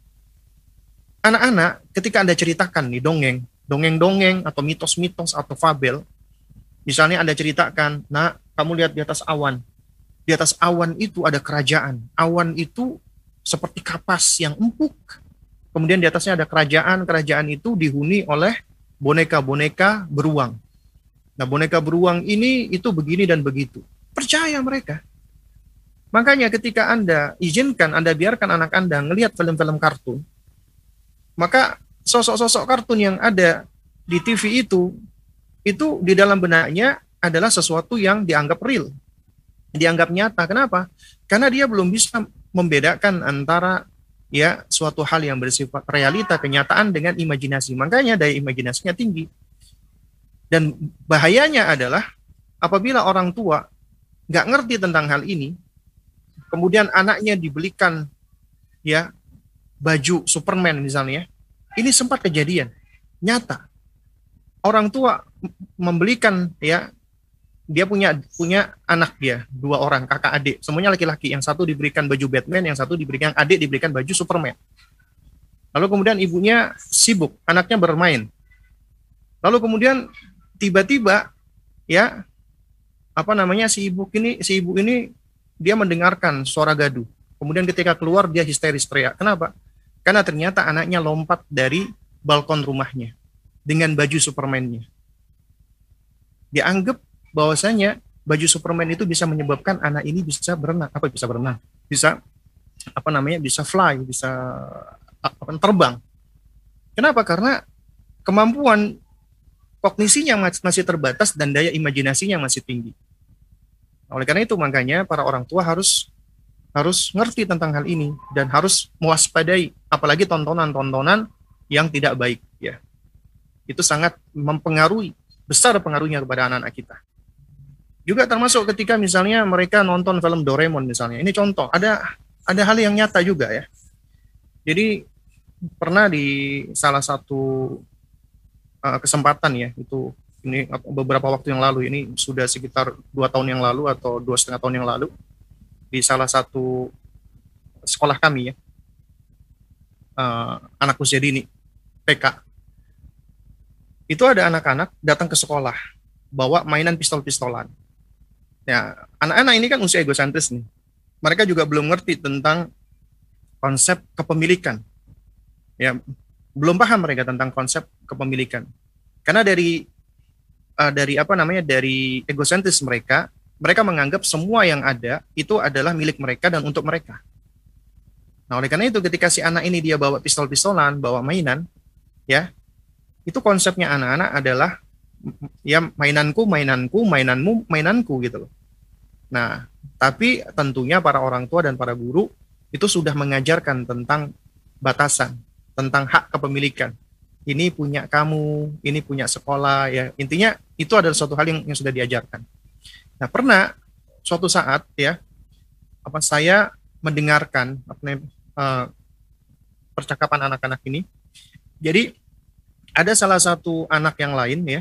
Anak-anak, ketika Anda ceritakan nih dongeng, dongeng-dongeng atau mitos-mitos atau fabel, misalnya Anda ceritakan, nak, kamu lihat di atas awan. Di atas awan itu ada kerajaan. Awan itu seperti kapas yang empuk. Kemudian di atasnya ada kerajaan. Kerajaan itu dihuni oleh boneka-boneka beruang. Nah, boneka beruang ini itu begini dan begitu. Percaya mereka. Makanya ketika Anda izinkan, Anda biarkan anak Anda ngelihat film-film kartun, Maka sosok-sosok kartun yang ada di T V itu, itu di dalam benaknya adalah sesuatu yang dianggap real, dianggap nyata. Kenapa? Karena dia belum bisa membedakan antara ya suatu hal yang bersifat realita, kenyataan dengan imajinasi. Makanya daya imajinasinya tinggi. Dan bahayanya adalah apabila orang tua nggak ngerti tentang hal ini, kemudian anaknya dibelikan ya baju Superman misalnya, ini sempat kejadian nyata. Orang tua membelikan ya, dia punya punya anak dia dua orang kakak adik, semuanya laki-laki. Yang satu diberikan baju Batman, yang satu diberikan adik diberikan baju Superman. Lalu kemudian ibunya sibuk, anaknya bermain. Lalu kemudian tiba-tiba ya apa namanya si ibu ini si ibu ini dia mendengarkan suara gaduh. Kemudian ketika keluar dia histeris teriak. Kenapa? Karena ternyata anaknya lompat dari balkon rumahnya dengan baju Superman-nya. Dianggap bahwasanya baju Superman itu bisa menyebabkan anak ini bisa berenang, apa bisa berenang, bisa apa namanya, bisa fly, bisa apa, terbang. Kenapa? Karena kemampuan kognisinya masih terbatas dan daya imajinasinya masih tinggi. Oleh karena itu makanya para orang tua harus harus ngerti tentang hal ini dan harus mewaspadai apalagi tontonan-tontonan yang tidak baik ya. Itu sangat mempengaruhi, besar pengaruhnya kepada anak-anak kita. Juga termasuk ketika misalnya mereka nonton film Doraemon misalnya. Ini contoh, ada ada hal yang nyata juga ya. Jadi pernah di salah satu uh, kesempatan ya, itu ini beberapa waktu yang lalu, ini sudah sekitar dua tahun yang lalu atau dua setengah tahun yang lalu, di salah satu sekolah kami ya, uh, anak usia dini, P K. Itu ada anak-anak datang ke sekolah, bawa mainan pistol-pistolan. Ya, anak-anak ini kan usia egosentris nih. Mereka juga belum ngerti tentang konsep kepemilikan. Ya, belum paham mereka tentang konsep kepemilikan. Karena dari uh, dari apa namanya, dari egosentris mereka, mereka menganggap semua yang ada itu adalah milik mereka dan untuk mereka. Nah, oleh karena itu ketika si anak ini dia bawa pistol-pistolan, bawa mainan, ya, itu konsepnya anak-anak adalah ya mainanku, mainanku, mainanmu, mainanku gitu loh. Nah, tapi tentunya para orang tua dan para guru itu sudah mengajarkan tentang batasan, tentang hak kepemilikan. Ini punya kamu, ini punya sekolah, ya. Intinya itu adalah suatu hal yang, yang sudah diajarkan. Nah, pernah suatu saat ya, apa saya mendengarkan apa uh, percakapan anak-anak ini. Jadi ada salah satu anak yang lain ya,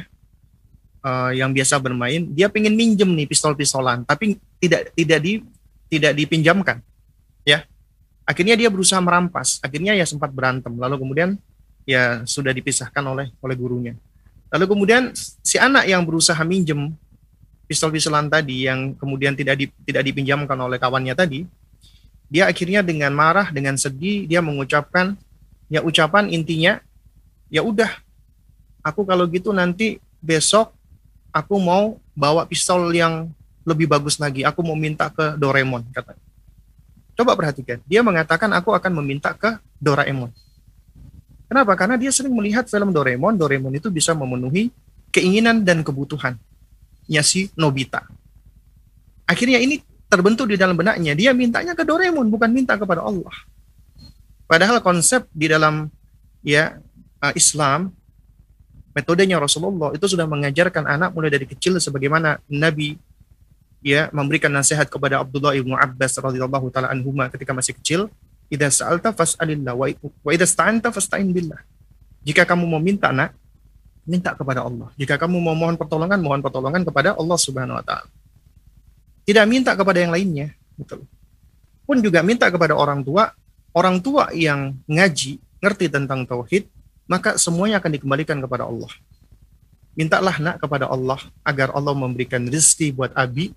uh, yang biasa bermain, dia pengen minjem nih pistol-pistolan, tapi tidak tidak di tidak dipinjamkan, ya. Akhirnya dia berusaha merampas, akhirnya ya sempat berantem, lalu kemudian ya sudah dipisahkan oleh oleh gurunya. Lalu kemudian si anak yang berusaha minjem pistol-pistolan tadi yang kemudian tidak di, tidak dipinjamkan oleh kawannya tadi, dia akhirnya dengan marah, dengan sedih, dia mengucapkan ya ucapan intinya, ya udah, aku kalau gitu nanti besok aku mau bawa pistol yang lebih bagus lagi, aku mau minta ke Doraemon, katanya. Coba perhatikan, dia mengatakan aku akan meminta ke Doraemon. Kenapa? Karena dia sering melihat film Doraemon, Doraemon itu bisa memenuhi keinginan dan kebutuhan nya si Nobita. Akhirnya ini terbentuk di dalam benaknya, dia mintanya ke Doraemon, bukan minta kepada Allah. Padahal konsep di dalam ya uh, Islam, metodenya Rasulullah itu sudah mengajarkan anak mulai dari kecil, sebagaimana Nabi ya memberikan nasihat kepada Abdullah ibnu Abbas radhiyallahu taala anhuma ketika masih kecil, idza sa'alta fas'alillah wa idza sta'anta fasta'in billah. Jika kamu mau minta, nak, minta kepada Allah. Jika kamu mau mohon pertolongan, mohon pertolongan kepada Allah Subhanahu wa taala. Tidak minta kepada yang lainnya, betul. Pun juga minta kepada orang tua, orang tua yang ngaji, ngerti tentang tauhid, maka semuanya akan dikembalikan kepada Allah. Mintalah, nak, kepada Allah agar Allah memberikan rezeki buat abi.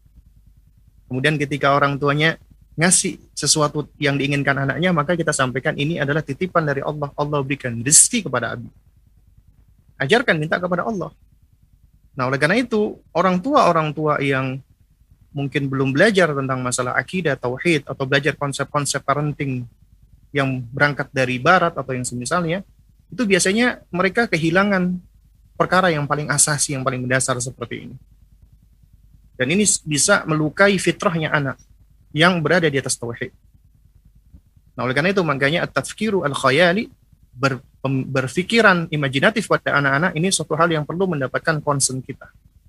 Kemudian ketika orang tuanya ngasih sesuatu yang diinginkan anaknya, maka kita sampaikan ini adalah titipan dari Allah. Allah berikan rezeki kepada abi. Ajarkan minta kepada Allah. Nah, oleh karena itu, orang tua-orang tua yang mungkin belum belajar tentang masalah akidah, tauhid, atau belajar konsep-konsep parenting yang berangkat dari barat atau yang semisalnya, itu biasanya mereka kehilangan perkara yang paling asasi, yang paling mendasar seperti ini. Dan ini bisa melukai fitrahnya anak yang berada di atas tauhid. Nah, oleh karena itu makanya at-tafkiru al-khayali, ber, berfikiran imajinatif pada anak-anak ini suatu hal yang perlu mendapatkan concern kita.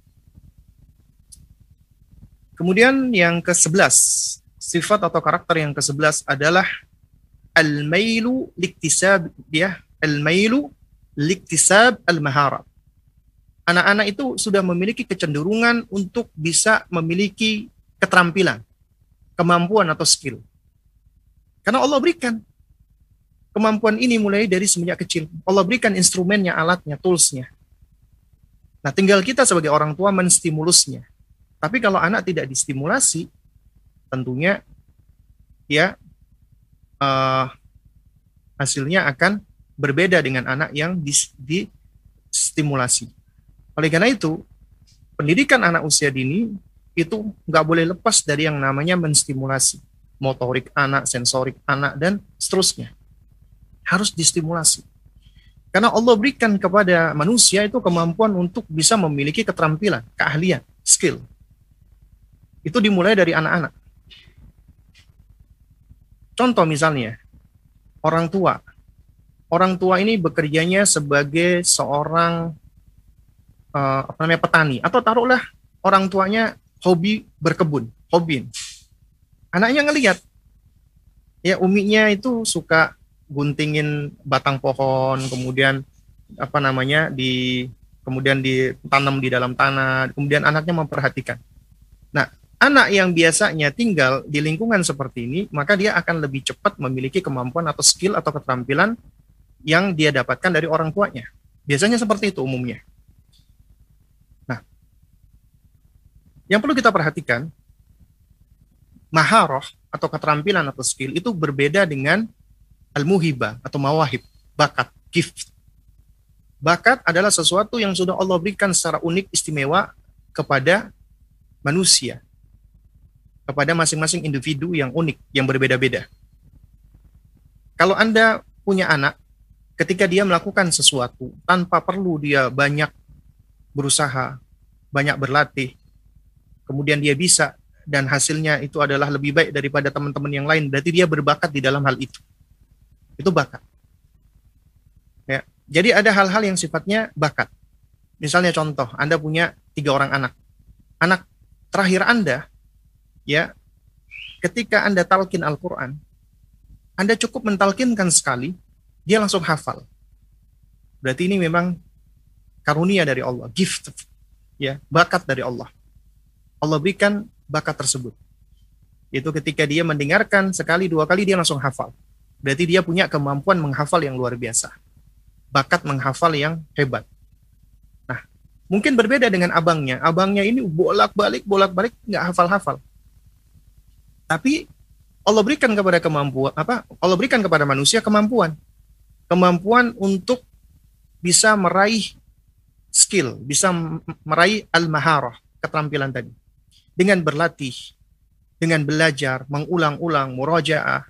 Kemudian yang ke sebelas, sifat atau karakter yang ke sebelas adalah al-mailu liktisab dia al-mailu liktisab al-maharat. Anak-anak itu sudah memiliki kecenderungan untuk bisa memiliki keterampilan, kemampuan atau skill. Karena Allah berikan kemampuan ini mulai dari semenjak kecil. Allah berikan instrumennya, alatnya, toolsnya. Nah, tinggal kita sebagai orang tua menstimulusnya. Tapi kalau anak tidak distimulasi, tentunya ya uh, hasilnya akan berbeda dengan anak yang distimulasi. Oleh karena itu, pendidikan anak usia dini itu nggak boleh lepas dari yang namanya menstimulasi. Motorik anak, sensorik anak, dan seterusnya. Harus distimulasi. Karena Allah berikan kepada manusia itu kemampuan untuk bisa memiliki keterampilan, keahlian, skill. Itu dimulai dari anak-anak. Contoh misalnya, orang tua. Orang tua ini bekerjanya sebagai seorang uh, apa namanya petani, atau taruhlah orang tuanya hobi berkebun, hobi. Anaknya ngelihat, ya uminya itu suka guntingin batang pohon, kemudian apa namanya di kemudian ditanam di dalam tanah, kemudian anaknya memperhatikan. Nah, anak yang biasanya tinggal di lingkungan seperti ini, maka dia akan lebih cepat memiliki kemampuan atau skill atau keterampilan yang dia dapatkan dari orang tuanya. Biasanya seperti itu umumnya. Nah, yang perlu kita perhatikan, maharoh atau keterampilan atau skill itu berbeda dengan al-muhibah atau mawahib, bakat, gift. Bakat adalah sesuatu yang sudah Allah berikan secara unik, istimewa kepada manusia, kepada masing-masing individu yang unik, yang berbeda-beda. Kalau Anda punya anak, ketika dia melakukan sesuatu, tanpa perlu dia banyak berusaha, banyak berlatih, kemudian dia bisa, dan hasilnya itu adalah lebih baik daripada teman-teman yang lain, berarti dia berbakat di dalam hal itu. Itu bakat. Ya. Jadi ada hal-hal yang sifatnya bakat. Misalnya contoh, Anda punya tiga orang anak. Anak terakhir Anda, ya, ketika Anda talkin Al-Quran, Anda cukup mentalkinkan sekali, dia langsung hafal. Berarti ini memang karunia dari Allah, gift, ya, bakat dari Allah. Allah berikan bakat tersebut. Itu ketika dia mendengarkan sekali, dua kali, dia langsung hafal. Berarti dia punya kemampuan menghafal yang luar biasa. Bakat menghafal yang hebat. Nah, mungkin berbeda dengan abangnya. Abangnya ini bolak-balik, bolak-balik, nggak hafal-hafal. Tapi Allah berikan kepada kemampuan apa? Allah berikan kepada manusia kemampuan, kemampuan untuk bisa meraih skill, bisa meraih al-maharah, keterampilan tadi, dengan berlatih, dengan belajar, mengulang-ulang, murajaah,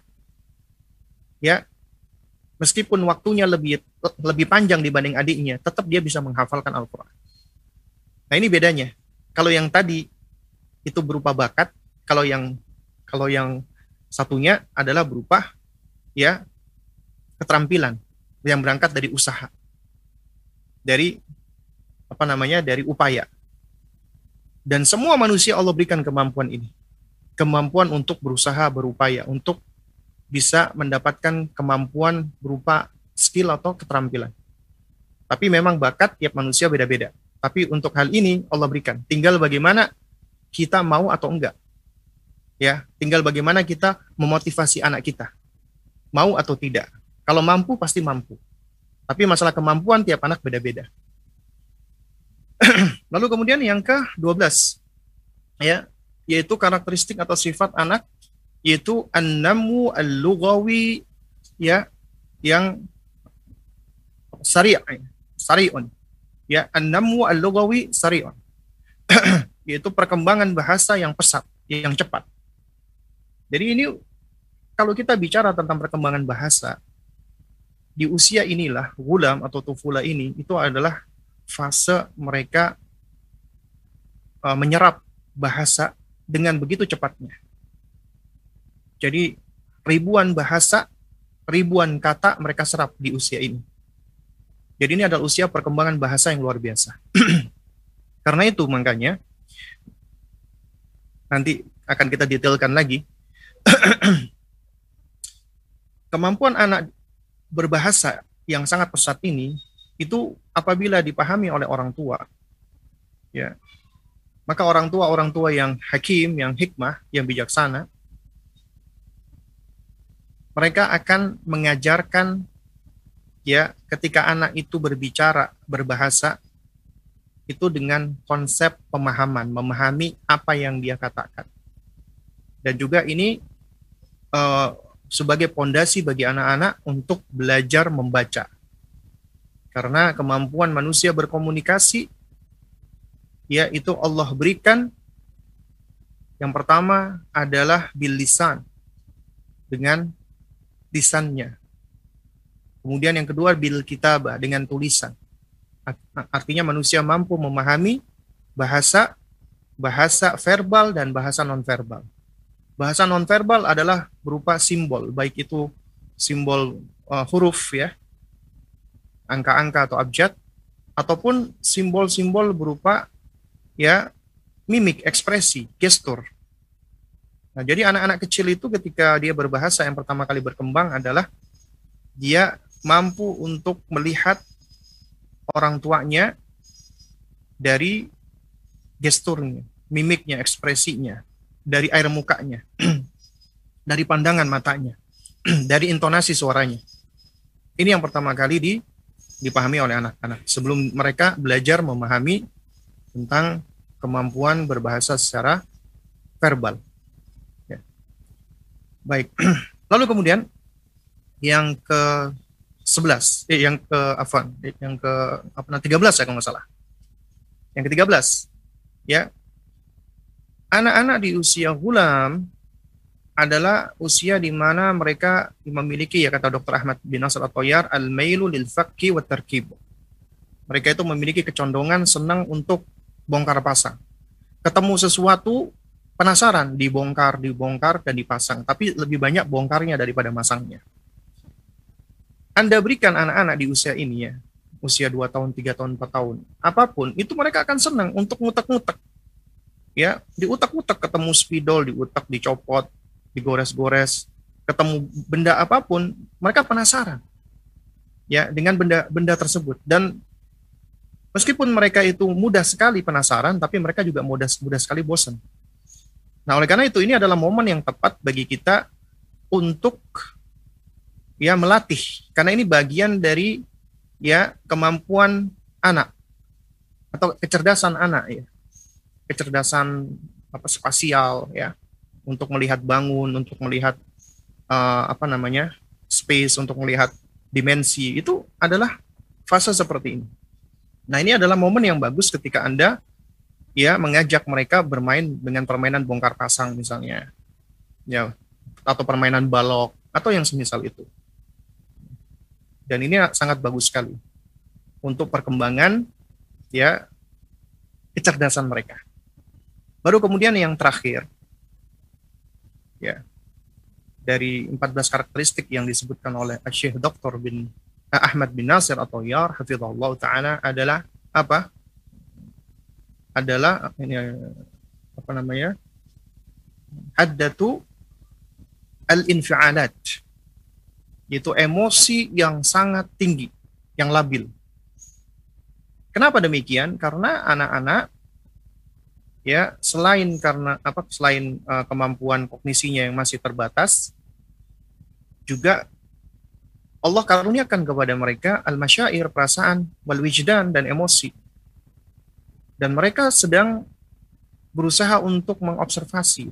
ya, meskipun waktunya lebih lebih panjang dibanding adiknya, tetap dia bisa menghafalkan Al-Quran. Nah, ini bedanya. Kalau yang tadi itu berupa bakat, kalau yang kalau yang satunya adalah berupa ya keterampilan yang berangkat dari usaha, dari apa namanya dari upaya. Dan semua manusia Allah berikan kemampuan ini, kemampuan untuk berusaha, berupaya, untuk bisa mendapatkan kemampuan berupa skill atau keterampilan. Tapi memang bakat tiap manusia beda-beda. Tapi untuk hal ini Allah berikan. Tinggal bagaimana kita mau atau enggak. Ya, tinggal bagaimana kita memotivasi anak kita. Mau atau tidak. Kalau mampu pasti mampu. Tapi masalah kemampuan tiap anak beda-beda. Lalu kemudian yang ke dua belas, ya, yaitu karakteristik atau sifat anak, yaitu an-namu al-lughawi, ya, yang sari' sari'un, ya, an-namu al-lughawi sari'un, yaitu perkembangan bahasa yang pesat, yang cepat. Jadi ini kalau kita bicara tentang perkembangan bahasa, di usia inilah, gulam atau tufula ini, itu adalah fase mereka uh, menyerap bahasa dengan begitu cepatnya. Jadi ribuan bahasa, ribuan kata mereka serap di usia ini. Jadi ini adalah usia perkembangan bahasa yang luar biasa. Karena itu makanya, nanti akan kita detailkan lagi, kemampuan anak berbahasa yang sangat pesat ini, itu apabila dipahami oleh orang tua, ya, maka orang tua orang tua yang hakim, yang hikmah, yang bijaksana, mereka akan mengajarkan, ya, ketika anak itu berbicara, berbahasa, itu dengan konsep pemahaman, memahami apa yang dia katakan. Dan juga ini uh, sebagai pondasi bagi anak-anak untuk belajar membaca. Karena kemampuan manusia berkomunikasi, ya, itu Allah berikan, yang pertama adalah bil lisan, dengan lisannya. Kemudian yang kedua bil kitabah, dengan tulisan. Artinya manusia mampu memahami bahasa, bahasa verbal dan bahasa nonverbal. Bahasa nonverbal adalah berupa simbol, baik itu simbol uh, huruf, ya, angka-angka atau abjad, ataupun simbol-simbol berupa, ya, mimik, ekspresi, gestur. Nah, jadi anak-anak kecil itu ketika dia berbahasa yang pertama kali berkembang adalah dia mampu untuk melihat orang tuanya dari gesturnya, mimiknya, ekspresinya, dari air mukanya, dari pandangan matanya, dari intonasi suaranya. Ini yang pertama kali di, dipahami oleh anak-anak sebelum mereka belajar memahami tentang kemampuan berbahasa secara verbal. Ya. Baik. Lalu kemudian yang ke sebelas, eh, yang ke apa? Yang ke apa? tiga belas ya kalau nggak salah. Yang ke tiga belas, ya. Anak-anak di usia gulam adalah usia di mana mereka memiliki, ya, kata dokter Ahmad bin Nasr At-Tayyar, al-mailu lil fakki wa tarkib. Mereka itu memiliki kecondongan senang untuk bongkar pasang. Ketemu sesuatu, penasaran, dibongkar, dibongkar, dan dipasang. Tapi lebih banyak bongkarnya daripada masangnya. Anda berikan anak-anak di usia ini, ya, usia dua tahun, tiga tahun, empat tahun, apapun, itu mereka akan senang untuk ngutek-ngutek. Ya, diutak-utak, ketemu spidol, diutak, dicopot, digores-gores, ketemu benda apapun, mereka penasaran, ya, dengan benda-benda tersebut. Dan meskipun mereka itu mudah sekali penasaran, tapi mereka juga mudah mudah sekali bosan. Nah, oleh karena itu ini adalah momen yang tepat bagi kita untuk, ya, melatih, karena ini bagian dari, ya, kemampuan anak atau kecerdasan anak, ya. Kecerdasan apa spasial, ya, untuk melihat bangun, untuk melihat uh, apa namanya space, untuk melihat dimensi, itu adalah fase seperti ini. Nah, ini adalah momen yang bagus ketika Anda, ya, mengajak mereka bermain dengan permainan bongkar pasang misalnya, ya, atau permainan balok atau yang semisal itu. Dan ini sangat bagus sekali untuk perkembangan, ya, kecerdasan mereka. Baru kemudian yang terakhir, ya, dari empat belas karakteristik yang disebutkan oleh Syekh Doktor bin Ahmad bin Nasr At-Tayyar hafizahullah taala adalah apa? Adalah ini apa namanya? Haddatu al-infialat. Yaitu emosi yang sangat tinggi, yang labil. Kenapa demikian? Karena anak-anak, ya, selain karena apa selain uh, kemampuan kognisinya yang masih terbatas, juga Allah karuniakan kepada mereka al-masyair, perasaan, wal wijdan, dan emosi. Dan mereka sedang berusaha untuk mengobservasi.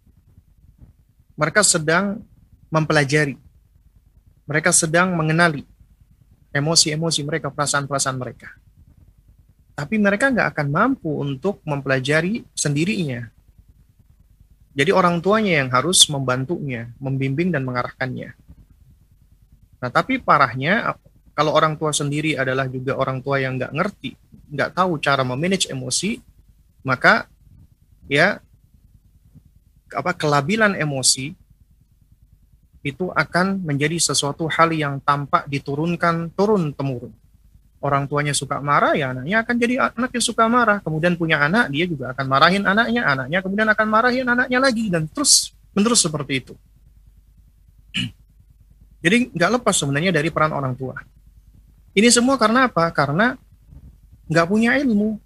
Mereka sedang mempelajari. Mereka sedang mengenali emosi-emosi mereka, perasaan-perasaan mereka. Tapi mereka nggak akan mampu untuk mempelajari sendirinya. Jadi orang tuanya yang harus membantunya, membimbing dan mengarahkannya. Nah, tapi parahnya kalau orang tua sendiri adalah juga orang tua yang nggak ngerti, nggak tahu cara memanage emosi, maka ya apa kelabilan emosi itu akan menjadi sesuatu hal yang tampak diturunkan turun temurun. Orang tuanya suka marah, ya anaknya akan jadi anak yang suka marah. Kemudian punya anak, dia juga akan marahin anaknya, anaknya kemudian akan marahin anaknya lagi, dan terus menerus seperti itu. Jadi nggak lepas sebenarnya dari peran orang tua. Ini semua karena apa? Karena nggak punya ilmu.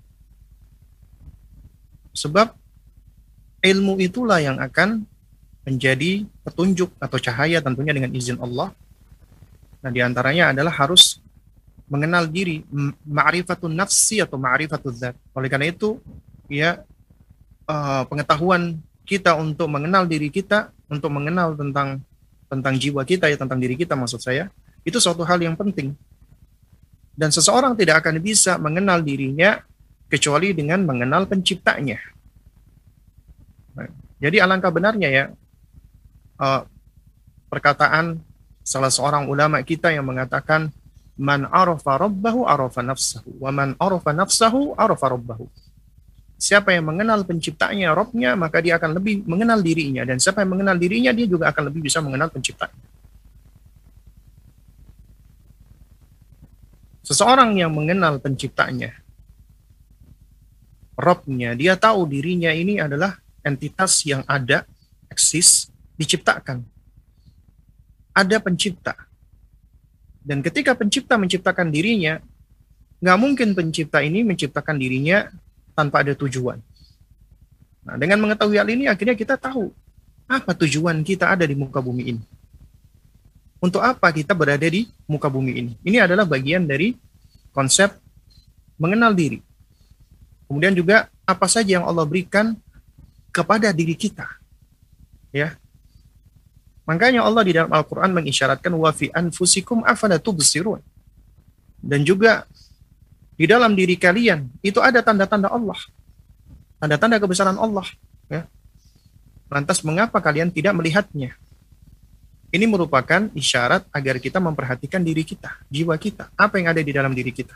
Sebab ilmu itulah yang akan menjadi petunjuk atau cahaya tentunya dengan izin Allah. Nah, diantaranya adalah harus mengenal diri, ma'rifatun nafsi atau ma'rifatun dzat. Oleh karena itu, ya uh, pengetahuan kita untuk mengenal diri kita, untuk mengenal tentang tentang jiwa kita, ya tentang diri kita maksud saya, itu suatu hal yang penting. Dan seseorang tidak akan bisa mengenal dirinya kecuali dengan mengenal penciptanya. Nah, jadi alangkah benarnya ya uh, perkataan salah seorang ulama kita yang mengatakan, man arafa rabbahu arafa nafsahu, wa man arafa nafsahu arafa rabbahu. Siapa yang mengenal penciptanya, Robnya, maka dia akan lebih mengenal dirinya. Dan siapa yang mengenal dirinya, dia juga akan lebih bisa mengenal penciptanya. Seseorang yang mengenal penciptanya, Robnya, dia tahu dirinya ini adalah entitas yang ada, eksis, diciptakan. Ada pencipta. Dan ketika pencipta menciptakan dirinya, nggak mungkin pencipta ini menciptakan dirinya tanpa ada tujuan. Nah, dengan mengetahui hal ini, akhirnya kita tahu apa tujuan kita ada di muka bumi ini. Untuk apa kita berada di muka bumi ini? Ini adalah bagian dari konsep mengenal diri. Kemudian juga apa saja yang Allah berikan kepada diri kita. Ya. Makanya Allah di dalam Al-Quran mengisyaratkan wa fi anfusikum afala tubsirun. Dan juga di dalam diri kalian itu ada tanda-tanda Allah. Tanda-tanda kebesaran Allah. Ya. Lantas mengapa kalian tidak melihatnya? Ini merupakan isyarat agar kita memperhatikan diri kita, jiwa kita. Apa yang ada di dalam diri kita.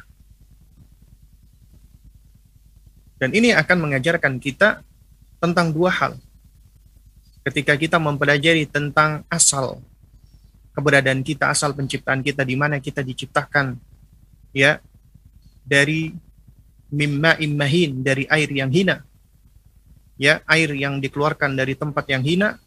Dan ini akan mengajarkan kita tentang dua hal. Ketika kita mempelajari tentang asal keberadaan kita, asal penciptaan kita, di mana kita diciptakan, ya, dari mimma immahin, dari air yang hina, ya, air yang dikeluarkan dari tempat yang hina.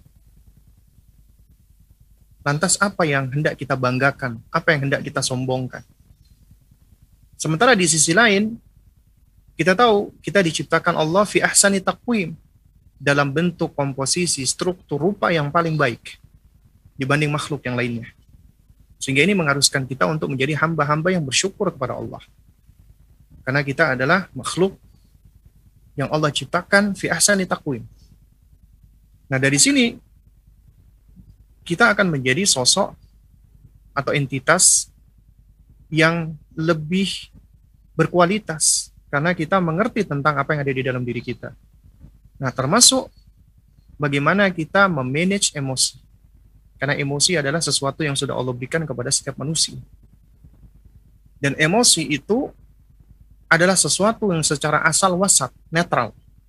Lantas apa yang hendak kita banggakan, apa yang hendak kita sombongkan? Sementara di sisi lain, kita tahu kita diciptakan Allah fi ahsani taqwim, dalam bentuk komposisi, struktur, rupa yang paling baik dibanding makhluk yang lainnya. Sehingga ini mengharuskan kita untuk menjadi hamba-hamba yang bersyukur kepada Allah. Karena kita adalah makhluk yang Allah ciptakan fi ahsani taqwim. Nah, dari sini kita akan menjadi sosok atau entitas yang lebih berkualitas karena kita mengerti tentang apa yang ada di dalam diri kita. Nah, termasuk bagaimana kita memanage emosi. Karena emosi adalah sesuatu yang sudah Allah berikan kepada setiap manusia. Dan emosi itu adalah sesuatu yang secara asal wasat, netral.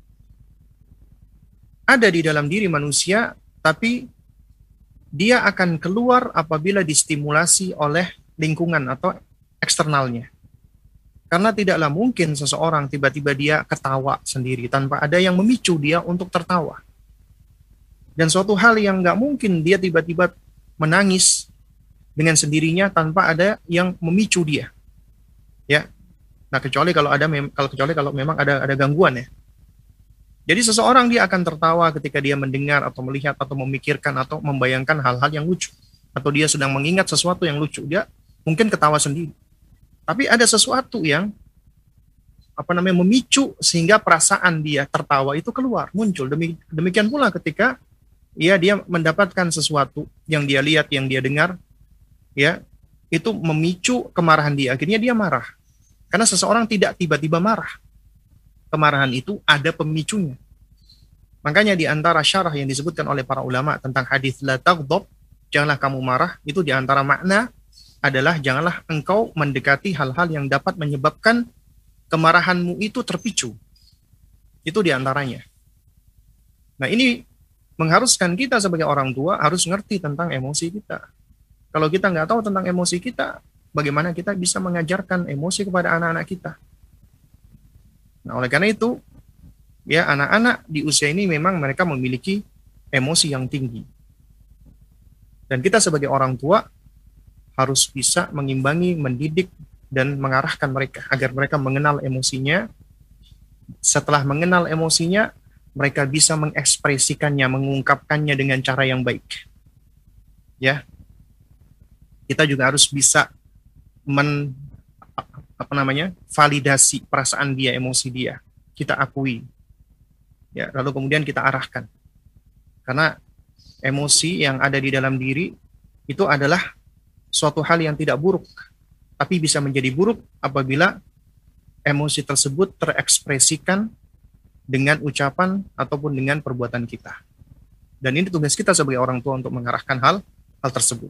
Ada di dalam diri manusia, tapi dia akan keluar apabila distimulasi oleh lingkungan atau eksternalnya. Karena tidaklah mungkin seseorang tiba-tiba dia ketawa sendiri tanpa ada yang memicu dia untuk tertawa. Dan suatu hal yang nggak mungkin dia tiba-tiba menangis dengan sendirinya tanpa ada yang memicu dia. Ya. Nah, kecuali kalau ada kalau kecuali kalau memang ada ada gangguan ya. Jadi seseorang dia akan tertawa ketika dia mendengar atau melihat atau memikirkan atau membayangkan hal-hal yang lucu. Atau dia sedang mengingat sesuatu yang lucu, dia mungkin ketawa sendiri. Tapi ada sesuatu yang apa namanya memicu sehingga perasaan dia tertawa itu keluar, muncul. Demikian pula ketika ya dia mendapatkan sesuatu yang dia lihat, yang dia dengar, ya itu memicu kemarahan dia. Akhirnya dia marah. Karena seseorang tidak tiba-tiba marah. Kemarahan itu ada pemicunya. Makanya di antara syarah yang disebutkan oleh para ulama tentang hadis la taghdab, janganlah kamu marah, itu di antara makna adalah janganlah engkau mendekati hal-hal yang dapat menyebabkan kemarahanmu itu terpicu. Itu di antaranya. Nah, ini mengharuskan kita sebagai orang tua harus ngerti tentang emosi kita. Kalau kita nggak tahu tentang emosi kita, bagaimana kita bisa mengajarkan emosi kepada anak-anak kita? Nah, oleh karena itu, ya anak-anak di usia ini memang mereka memiliki emosi yang tinggi. Dan kita sebagai orang tua harus bisa mengimbangi, mendidik, dan mengarahkan mereka agar mereka mengenal emosinya. Setelah mengenal emosinya, mereka bisa mengekspresikannya, mengungkapkannya dengan cara yang baik. Ya, kita juga harus bisa men apa namanya validasi perasaan dia, emosi dia. Kita akui. Ya, lalu kemudian kita arahkan. Karena emosi yang ada di dalam diri itu adalah suatu hal yang tidak buruk, tapi bisa menjadi buruk apabila emosi tersebut terekspresikan dengan ucapan ataupun dengan perbuatan kita. Dan ini tugas kita sebagai orang tua untuk mengarahkan hal hal tersebut.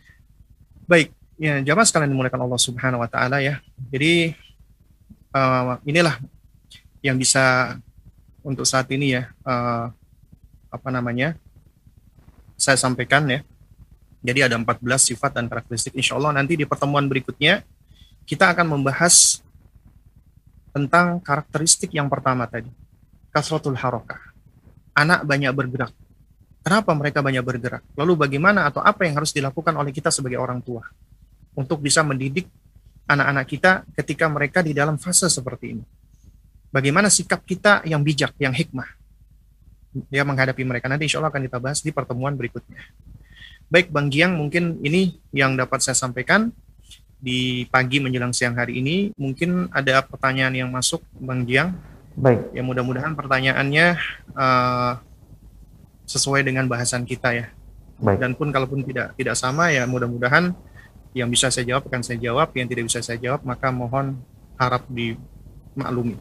Baik, ya jamaah sekalian dimuliakan Allah Subhanahu wa taala ya. Jadi uh, inilah yang bisa untuk saat ini ya uh, apa namanya saya sampaikan ya. Jadi ada empat belas sifat dan karakteristik. Insya Allah nanti di pertemuan berikutnya kita akan membahas tentang karakteristik yang pertama tadi, kasratul harokah. Anak banyak bergerak. Kenapa mereka banyak bergerak? Lalu bagaimana atau apa yang harus dilakukan oleh kita sebagai orang tua untuk bisa mendidik anak-anak kita ketika mereka di dalam fase seperti ini? Bagaimana sikap kita yang bijak, yang hikmah dia menghadapi mereka? Nanti insya Allah akan kita bahas di pertemuan berikutnya. Baik Bang Giang, mungkin ini yang dapat saya sampaikan di pagi menjelang siang hari ini. Mungkin ada pertanyaan yang masuk Bang Giang. Baik. Ya mudah-mudahan pertanyaannya uh, sesuai dengan bahasan kita ya. Baik. Dan pun kalaupun tidak tidak sama ya mudah-mudahan yang bisa saya jawab akan saya jawab, yang tidak bisa saya jawab maka mohon harap dimaklumi.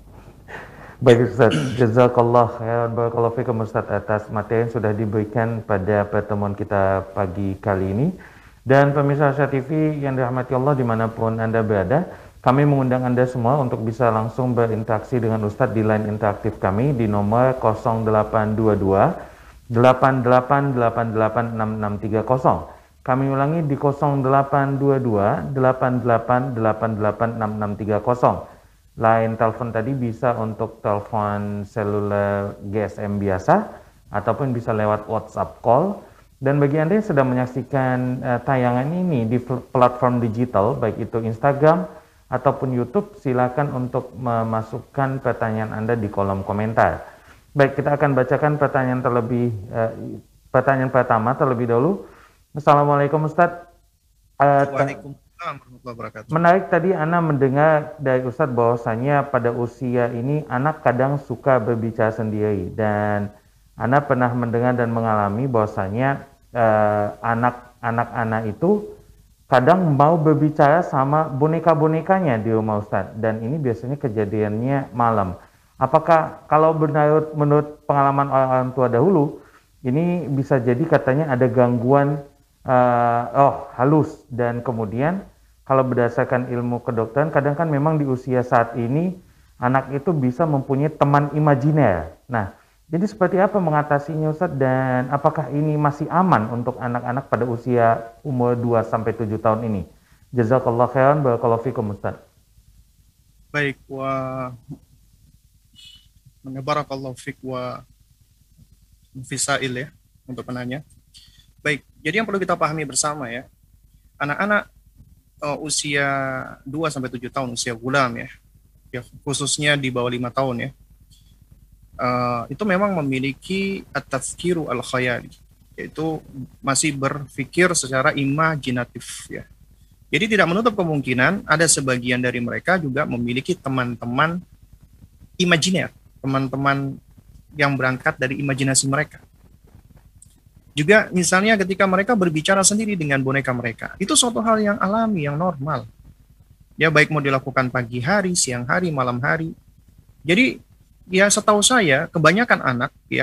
Baik Ustaz, jazakallah khairan barakallahu fikum Ustaz atas materi yang sudah diberikan pada pertemuan kita pagi kali ini. Dan pemirsa Asia T V yang dirahmati Allah dimanapun Anda berada, kami mengundang Anda semua untuk bisa langsung berinteraksi dengan Ustaz di line interaktif kami di nomor nol delapan dua dua delapan delapan delapan delapan enam enam tiga nol. Kami ulangi di nol delapan dua dua delapan delapan delapan delapan enam enam tiga nol. Line telepon tadi bisa untuk telepon seluler G S M biasa ataupun bisa lewat WhatsApp call. Dan bagi Anda yang sedang menyaksikan uh, tayangan ini di platform digital baik itu Instagram ataupun YouTube, silakan untuk memasukkan pertanyaan Anda di kolom komentar. Baik, kita akan bacakan pertanyaan terlebih uh, pertanyaan pertama terlebih dahulu. Assalamualaikum Ustadz. Uh, Waalaikumsalam warahmatullahi wabarakatuh. Menarik tadi Ana mendengar dari Ustadz bahwasanya pada usia ini anak kadang suka berbicara sendiri, dan Ana pernah mendengar dan mengalami bahwasanya eh, anak-anak Ana itu kadang mau berbicara sama boneka-bonekanya di rumah Ustadz, dan ini biasanya kejadiannya malam. Apakah kalau menurut, menurut pengalaman orang tua dahulu, ini bisa jadi katanya ada gangguan uh, oh halus, dan kemudian kalau berdasarkan ilmu kedokteran, kadang kan memang di usia saat ini anak itu bisa mempunyai teman imajiner. Nah, jadi seperti apa mengatasinya Ustadz, dan apakah ini masih aman untuk anak-anak pada usia umur dua sampai tujuh tahun ini? Jazakallah khairan barakallahu fikum Ustadz. Baik, wa barakallahu fik wa fisail ya untuk penanya. Baik, jadi yang perlu kita pahami bersama ya, anak-anak uh, usia dua sampai tujuh tahun, usia gulam ya, ya khususnya di bawah lima tahun ya, uh, itu memang memiliki at-tafkiru al-khayali, yaitu masih berpikir secara imajinatif ya. Jadi tidak menutup kemungkinan ada sebagian dari mereka juga memiliki teman-teman imajiner, teman-teman yang berangkat dari imajinasi mereka. Juga misalnya ketika mereka berbicara sendiri dengan boneka mereka, itu suatu hal yang alami, yang normal. Ya baik mau dilakukan pagi hari, siang hari, malam hari. Jadi ya setahu saya kebanyakan anak ya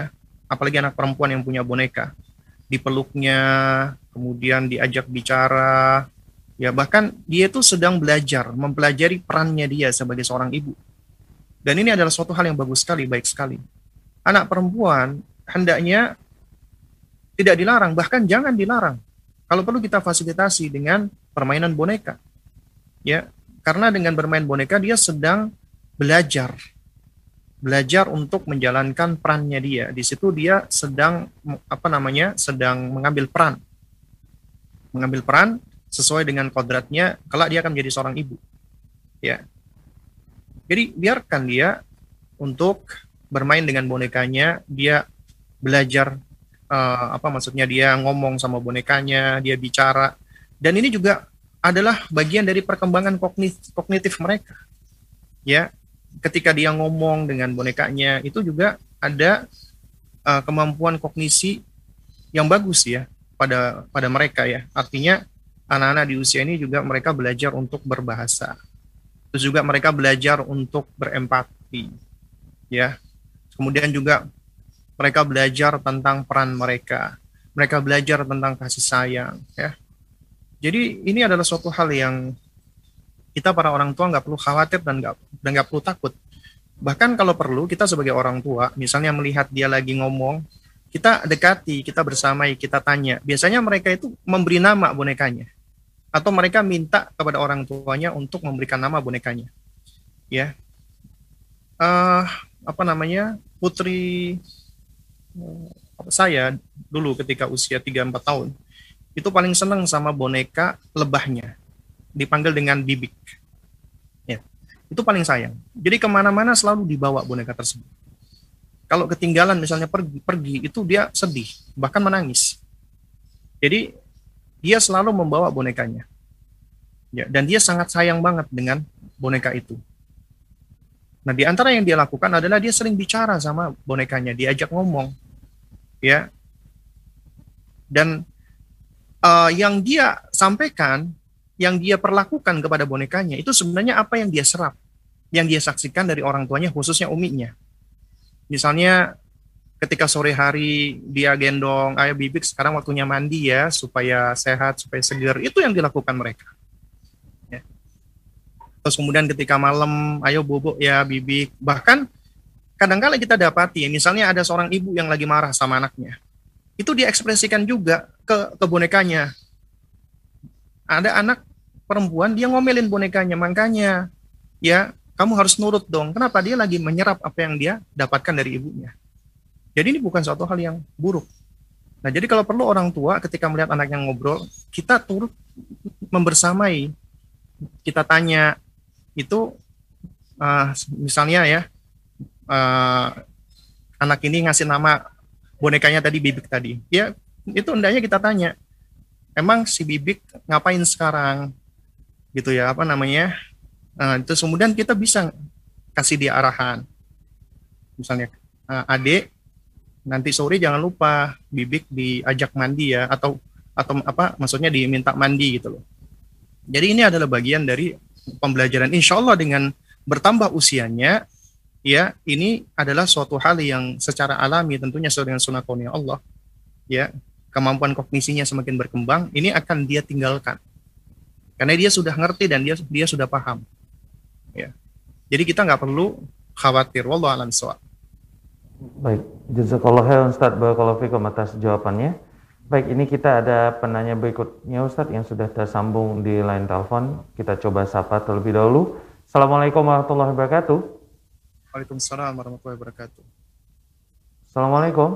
apalagi anak perempuan yang punya boneka, dipeluknya, kemudian diajak bicara, ya bahkan dia itu sedang belajar, mempelajari perannya dia sebagai seorang ibu. Dan ini adalah suatu hal yang bagus sekali, baik sekali. Anak perempuan hendaknya tidak dilarang, bahkan jangan dilarang. Kalau perlu kita fasilitasi dengan permainan boneka. Ya, karena dengan bermain boneka dia sedang belajar. Belajar untuk menjalankan perannya dia. Di situ dia sedang apa namanya? sedang mengambil peran. Mengambil peran sesuai dengan kodratnya, kelak dia akan menjadi seorang ibu. Ya. Jadi biarkan dia untuk bermain dengan bonekanya, dia belajar uh, apa maksudnya dia ngomong sama bonekanya, dia bicara. Dan ini juga adalah bagian dari perkembangan kognitif, kognitif mereka. Ya, ketika dia ngomong dengan bonekanya, itu juga ada uh, kemampuan kognisi yang bagus ya pada pada mereka ya. Artinya anak-anak di usia ini juga mereka belajar untuk berbahasa. Terus juga mereka belajar untuk berempati, ya. Kemudian juga mereka belajar tentang peran mereka, mereka belajar tentang kasih sayang, ya. Jadi ini adalah suatu hal yang kita para orang tua nggak perlu khawatir dan nggak dan nggak perlu takut. Bahkan kalau perlu kita sebagai orang tua, misalnya melihat dia lagi ngomong, kita dekati, kita bersamai, kita tanya. Biasanya mereka itu memberi nama bonekanya. Atau mereka minta kepada orang tuanya untuk memberikan nama bonekanya, ya. Uh, apa namanya putri uh, saya dulu ketika usia tiga empat tahun itu paling senang sama boneka lebahnya, dipanggil dengan Bibik, ya. Itu paling sayang. Jadi kemana-mana selalu dibawa boneka tersebut. Kalau ketinggalan misalnya pergi, pergi itu dia sedih, bahkan menangis. Jadi dia selalu membawa bonekanya. Ya, dan dia sangat sayang banget dengan boneka itu. Nah, di antara yang dia lakukan adalah dia sering bicara sama bonekanya, diajak ngomong. Ya. Dan uh, yang dia sampaikan, yang dia perlakukan kepada bonekanya, itu sebenarnya apa yang dia serap, yang dia saksikan dari orang tuanya, khususnya uminya. Misalnya ketika sore hari dia gendong, ayo Bibik sekarang waktunya mandi ya, supaya sehat, supaya segar. Itu yang dilakukan mereka. Ya. Terus kemudian ketika malam, ayo bobok ya Bibik. Bahkan kadang-kala kita dapati, misalnya ada seorang ibu yang lagi marah sama anaknya. Itu dia ekspresikan juga ke, ke bonekanya. Ada anak perempuan, dia ngomelin bonekanya. Makanya, ya kamu harus nurut dong. Kenapa? Dia lagi menyerap apa yang dia dapatkan dari ibunya. Jadi ini bukan suatu hal yang buruk. Nah, jadi kalau perlu orang tua ketika melihat anak yang ngobrol, kita turut membersamai. Kita tanya, itu uh, misalnya ya, uh, anak ini ngasih nama bonekanya tadi Bibik tadi. Ya, itu hendaknya kita tanya, emang si Bibik ngapain sekarang? Gitu ya, apa namanya? Uh, terus kemudian kita bisa kasih dia arahan. Misalnya, uh, adik, nanti sore jangan lupa Bibik diajak mandi ya, atau atau apa maksudnya diminta mandi gitu loh. Jadi ini adalah bagian dari pembelajaran. Insya Allah dengan bertambah usianya, ya ini adalah suatu hal yang secara alami tentunya sesuai dengan sunnah kauniyah Allah. Ya, kemampuan kognisinya semakin berkembang, ini akan dia tinggalkan karena dia sudah ngerti dan dia dia sudah paham. Ya, jadi kita nggak perlu khawatir. Wallahu a'lam bishawab. Baik, jazakallah khairan Ustaz, barakallahu fikum atas jawabannya. Baik, ini kita ada penanya berikutnya Ustaz yang sudah tersambung di line telepon. Kita coba sapa terlebih dahulu. Assalamualaikum warahmatullahi wabarakatuh. Waalaikumsalam warahmatullahi wabarakatuh. Assalamualaikum.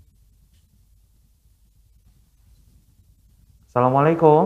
Assalamualaikum.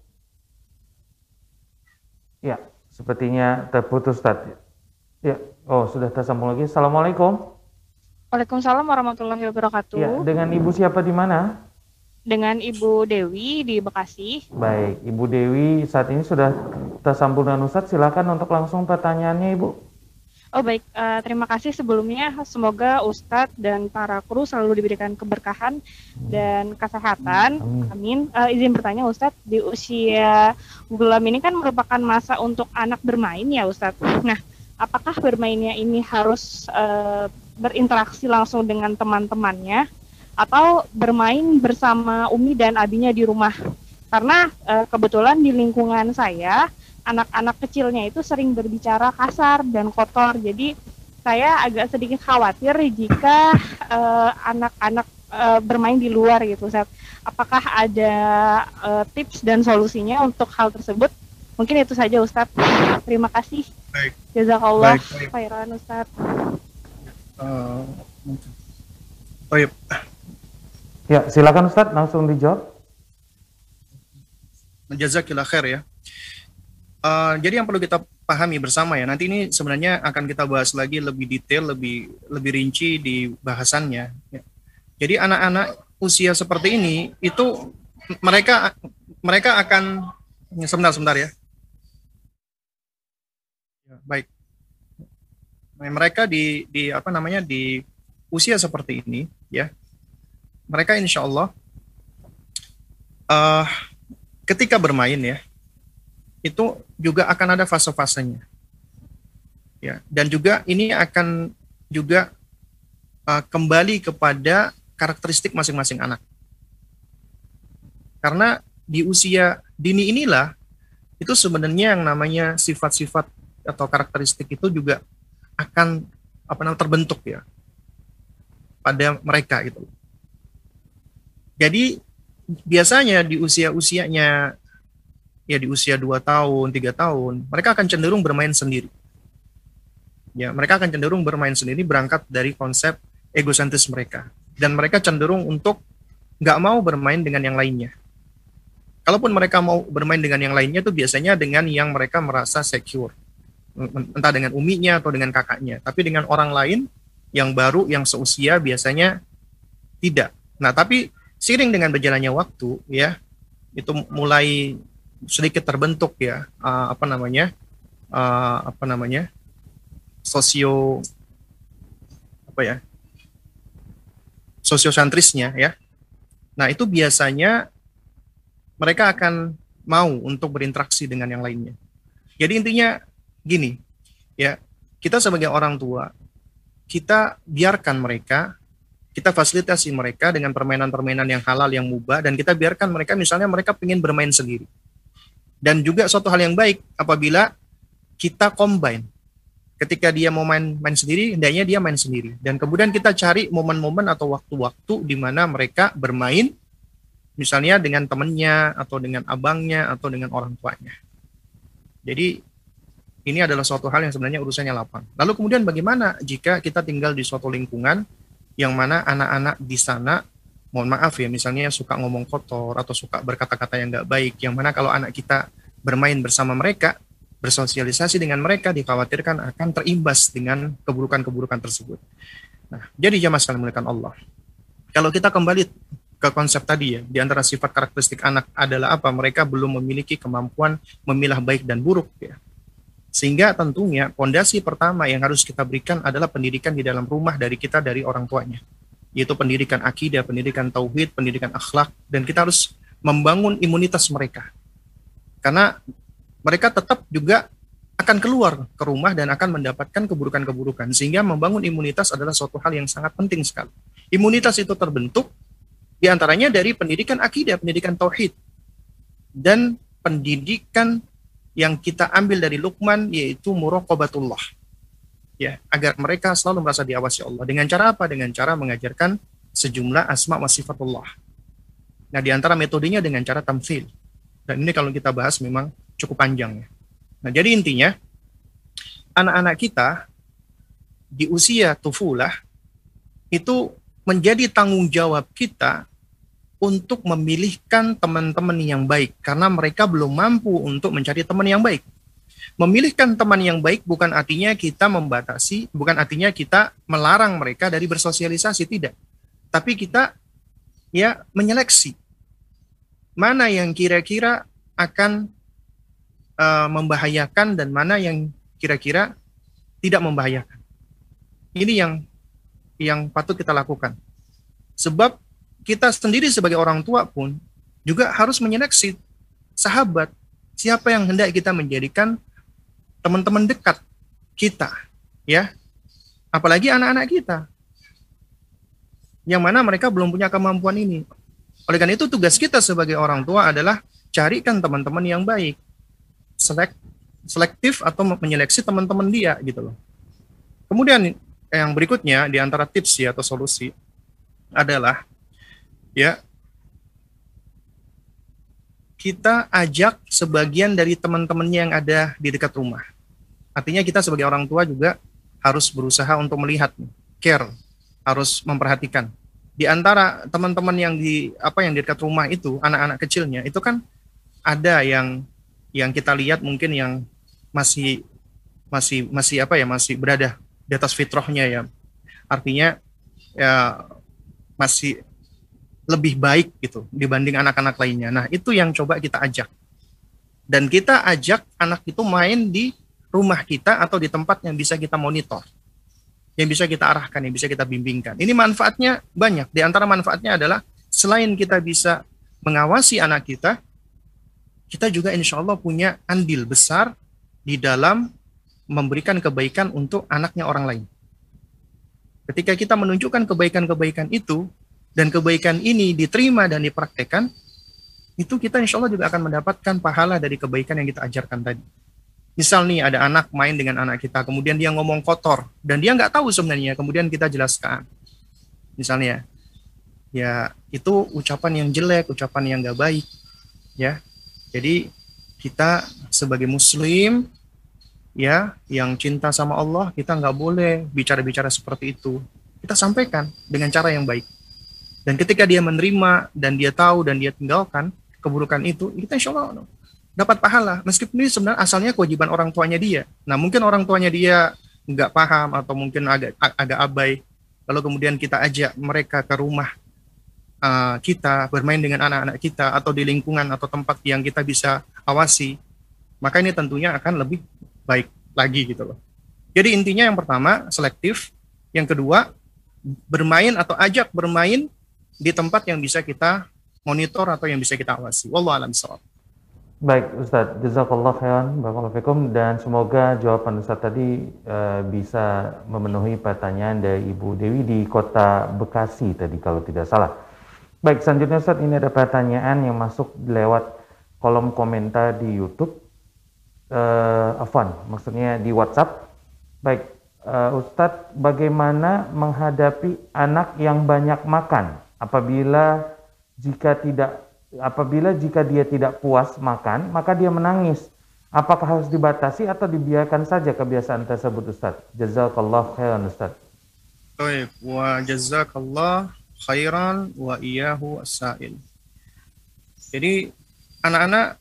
Ya, sepertinya terputus Ustaz. Ya, oh sudah tersambung lagi. Assalamualaikum. Waalaikumsalam warahmatullahi wabarakatuh. Ya, dengan Ibu siapa di mana? Dengan Ibu Dewi di Bekasi. Baik, Ibu Dewi saat ini sudah tersambung dengan Ustadz. Silakan untuk langsung pertanyaannya, Ibu. Oh baik, uh, terima kasih sebelumnya. Semoga Ustadz dan para kru selalu diberikan keberkahan dan kesehatan. Amin. Amin. Uh, izin bertanya Ustadz, di usia gulam ini kan merupakan masa untuk anak bermain ya Ustadz. Nah, apakah bermainnya ini harus uh, berinteraksi langsung dengan teman-temannya atau bermain bersama Umi dan Abinya di rumah. Karena e, kebetulan di lingkungan saya, anak-anak kecilnya itu sering berbicara kasar dan kotor. Jadi saya agak sedikit khawatir jika e, anak-anak e, bermain di luar gitu, Ustaz. Apakah ada e, tips dan solusinya untuk hal tersebut? Mungkin itu saja, Ustaz. Terima kasih. Baik. Jazakallah Baik, baik. khairan, Ustaz. Uh, Baik. Ya, silakan Ustaz, langsung dijawab. Jazakillah khair ya. Uh, jadi yang perlu kita pahami bersama ya, nanti ini sebenarnya akan kita bahas lagi lebih detail, lebih lebih rinci di bahasannya. Ya. Jadi anak-anak usia seperti ini itu mereka mereka akan sebentar sebentar ya. Ya, baik. Nah, mereka di di apa namanya di usia seperti ini ya, mereka insya Allah uh, ketika bermain ya, itu juga akan ada fase-fasenya ya, dan juga ini akan juga uh, kembali kepada karakteristik masing-masing anak, karena di usia dini inilah itu sebenarnya yang namanya sifat-sifat atau karakteristik itu juga akan apa namanya terbentuk ya pada mereka itu. Jadi biasanya di usia-usianya ya di usia dua tahun, tiga tahun, mereka akan cenderung bermain sendiri. Ya, mereka akan cenderung bermain sendiri berangkat dari konsep egosentris mereka, dan mereka cenderung untuk nggak mau bermain dengan yang lainnya. Kalaupun mereka mau bermain dengan yang lainnya itu biasanya dengan yang mereka merasa secure, entah dengan uminya atau dengan kakaknya, tapi dengan orang lain yang baru, yang seusia biasanya tidak. Nah, tapi seiring dengan berjalannya waktu ya, itu mulai sedikit terbentuk ya uh, apa namanya uh, apa namanya sosio apa ya sosiosentrisnya ya. Nah, itu biasanya mereka akan mau untuk berinteraksi dengan yang lainnya. Jadi intinya gini ya, kita sebagai orang tua, kita biarkan mereka, kita fasilitasi mereka dengan permainan-permainan yang halal, yang mubah, dan kita biarkan mereka, misalnya mereka ingin bermain sendiri. Dan juga suatu hal yang baik apabila kita combine. Ketika dia mau main main sendiri, hendaknya dia main sendiri. Dan kemudian kita cari momen-momen atau waktu-waktu di mana mereka bermain, misalnya dengan temannya, atau dengan abangnya, atau dengan orang tuanya. Jadi ini adalah suatu hal yang sebenarnya urusannya lapang. Lalu kemudian bagaimana jika kita tinggal di suatu lingkungan yang mana anak-anak di sana, mohon maaf ya, misalnya suka ngomong kotor atau suka berkata-kata yang nggak baik, yang mana kalau anak kita bermain bersama mereka, bersosialisasi dengan mereka, dikhawatirkan akan terimbas dengan keburukan-keburukan tersebut. Nah, jadi jamaah sekalian dimuliakan Allah, kalau kita kembali ke konsep tadi ya, di antara sifat karakteristik anak adalah apa? Mereka belum memiliki kemampuan memilah baik dan buruk ya. Sehingga tentunya fondasi pertama yang harus kita berikan adalah pendidikan di dalam rumah dari kita, dari orang tuanya. Yaitu pendidikan akidah, pendidikan tauhid, pendidikan akhlak, dan kita harus membangun imunitas mereka. Karena mereka tetap juga akan keluar ke rumah dan akan mendapatkan keburukan-keburukan. Sehingga membangun imunitas adalah suatu hal yang sangat penting sekali. Imunitas itu terbentuk diantaranya dari pendidikan akidah, pendidikan tauhid, dan pendidikan yang kita ambil dari Luqman, yaitu muraqabatullah. Ya, agar mereka selalu merasa diawasi Allah. Dengan cara apa? Dengan cara mengajarkan sejumlah asma wa sifatullah. Nah, di antara metodenya dengan cara tamtsil. Dan ini kalau kita bahas memang cukup panjang ya. Nah, jadi intinya anak-anak kita di usia tufulah itu menjadi tanggung jawab kita untuk memilihkan teman-teman yang baik, karena mereka belum mampu untuk mencari teman yang baik. Memilihkan teman yang baik bukan artinya kita membatasi, bukan artinya kita melarang mereka dari bersosialisasi, tidak. Tapi kita ya menyeleksi mana yang kira-kira akan uh, membahayakan dan mana yang kira-kira tidak membahayakan. Ini yang yang patut kita lakukan. Sebab kita sendiri sebagai orang tua pun juga harus menyeleksi sahabat, siapa yang hendak kita menjadikan teman-teman dekat kita, ya. Apalagi anak-anak kita, yang mana mereka belum punya kemampuan ini. Oleh karena itu tugas kita sebagai orang tua adalah carikan teman-teman yang baik, selek, selektif atau menyeleksi teman-teman dia gitu loh. Kemudian yang berikutnya di antara tips ya atau solusi adalah ya kita ajak sebagian dari teman-temannya yang ada di dekat rumah. Artinya kita sebagai orang tua juga harus berusaha untuk melihat, care, harus memperhatikan. Di antara teman-teman yang di apa yang di dekat rumah itu, anak-anak kecilnya itu kan ada yang yang kita lihat mungkin yang masih masih masih apa ya masih berada di atas fitrahnya ya. Artinya ya masih lebih baik gitu dibanding anak-anak lainnya. Nah, itu yang coba kita ajak. Dan kita ajak anak itu main di rumah kita atau di tempat yang bisa kita monitor, yang bisa kita arahkan, yang bisa kita bimbingkan. Ini manfaatnya banyak. Di antara manfaatnya adalah selain kita bisa mengawasi anak kita, kita juga insya Allah punya andil besar di dalam memberikan kebaikan untuk anaknya orang lain. Ketika kita menunjukkan kebaikan-kebaikan itu, dan kebaikan ini diterima dan dipraktekkan, itu kita insya Allah juga akan mendapatkan pahala dari kebaikan yang kita ajarkan tadi. Misal nih ada anak main dengan anak kita, kemudian dia ngomong kotor, dan dia nggak tahu sebenarnya, kemudian kita jelaskan. Misalnya, ya itu ucapan yang jelek, ucapan yang nggak baik. Ya, jadi kita sebagai muslim, ya yang cinta sama Allah, kita nggak boleh bicara-bicara seperti itu. Kita sampaikan dengan cara yang baik. Dan ketika dia menerima, dan dia tahu, dan dia tinggalkan keburukan itu, kita insya Allah dapat pahala. Meskipun ini sebenarnya asalnya kewajiban orang tuanya dia. Nah mungkin orang tuanya dia nggak paham, atau mungkin agak agak abai. Lalu kemudian kita ajak mereka ke rumah uh, kita, bermain dengan anak-anak kita, atau di lingkungan atau tempat yang kita bisa awasi. Maka ini tentunya akan lebih baik lagi gitu loh. Jadi intinya yang pertama, selektif. Yang kedua, bermain atau ajak bermain di tempat yang bisa kita monitor atau yang bisa kita awasi. Wallahu a'lam bishawab. Baik Ustadz, jazakallah khairan, barakallahu fikum, dan semoga jawaban Ustadz tadi uh, bisa memenuhi pertanyaan dari Ibu Dewi di Kota Bekasi tadi kalau tidak salah. Baik, selanjutnya Ustadz, ini ada pertanyaan yang masuk lewat kolom komentar di YouTube. Uh, Afwan, maksudnya di WhatsApp. Baik, uh, Ustadz, bagaimana menghadapi anak yang banyak makan? Apabila jika tidak apabila jika dia tidak puas makan, maka dia menangis. Apakah harus dibatasi atau dibiarkan saja kebiasaan tersebut, Ustaz? Jazakallah khairan, Ustaz. Baik, wa jazakallah khairan wa iyyahu as-sa'il. Jadi anak-anak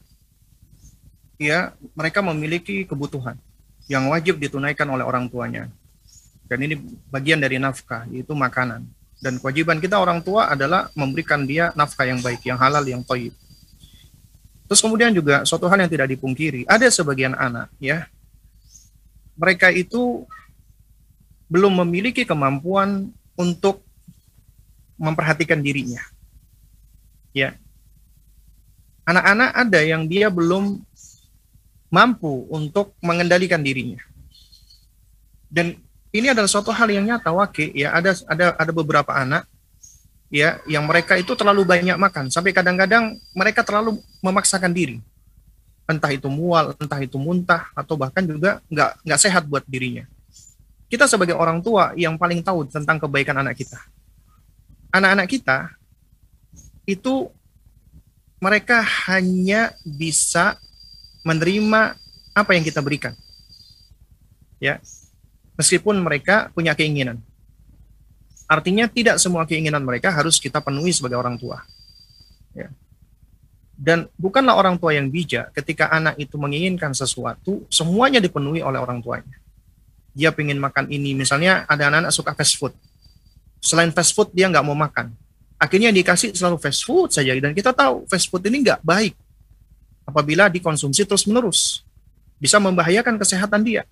ya, mereka memiliki kebutuhan yang wajib ditunaikan oleh orang tuanya. Dan ini bagian dari nafkah, yaitu makanan. Dan kewajiban kita orang tua adalah memberikan dia nafkah yang baik, yang halal, yang thayyib. Terus kemudian juga suatu hal yang tidak dipungkiri, ada sebagian anak ya, mereka itu belum memiliki kemampuan untuk memperhatikan dirinya. Ya. Anak-anak ada yang dia belum mampu untuk mengendalikan dirinya. Dan ini adalah suatu hal yang nyata, wakil ya, ada ada ada beberapa anak ya yang mereka itu terlalu banyak makan sampai kadang-kadang mereka terlalu memaksakan diri, entah itu mual, entah itu muntah, atau bahkan juga nggak nggak sehat buat dirinya. Kita sebagai orang tua yang paling tahu tentang kebaikan anak kita. Anak-anak kita itu mereka hanya bisa menerima apa yang kita berikan, ya. Meskipun mereka punya keinginan. Artinya tidak semua keinginan mereka harus kita penuhi sebagai orang tua. Ya. Dan bukanlah orang tua yang bijak ketika anak itu menginginkan sesuatu, semuanya dipenuhi oleh orang tuanya. Dia pengen makan ini, misalnya ada anak-anak suka fast food. Selain fast food dia nggak mau makan. Akhirnya dikasih selalu fast food saja. Dan kita tahu fast food ini nggak baik apabila dikonsumsi terus-menerus. Bisa membahayakan kesehatan dia.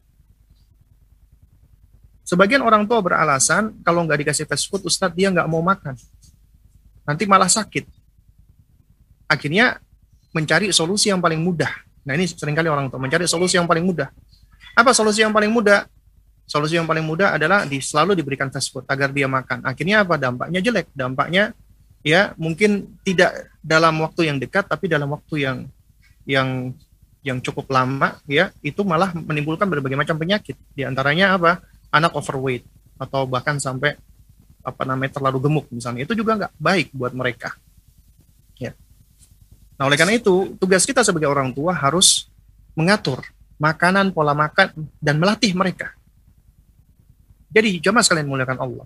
Sebagian orang tua beralasan, kalau nggak dikasih fast food, Ustadz, dia nggak mau makan. Nanti malah sakit. Akhirnya mencari solusi yang paling mudah. Nah ini seringkali orang tua mencari solusi yang paling mudah. Apa solusi yang paling mudah? Solusi yang paling mudah adalah di, selalu diberikan fast food agar dia makan. Akhirnya apa? Dampaknya jelek. Dampaknya ya mungkin tidak dalam waktu yang dekat, tapi dalam waktu yang yang yang cukup lama, ya itu malah menimbulkan berbagai macam penyakit. Di antaranya apa? Anak overweight atau bahkan sampai apa namanya terlalu gemuk misalnya. Itu juga nggak baik buat mereka. Ya. Nah oleh karena itu tugas kita sebagai orang tua harus mengatur makanan, pola makan, dan melatih mereka. Jadi jamaah sekalian muliakan Allah.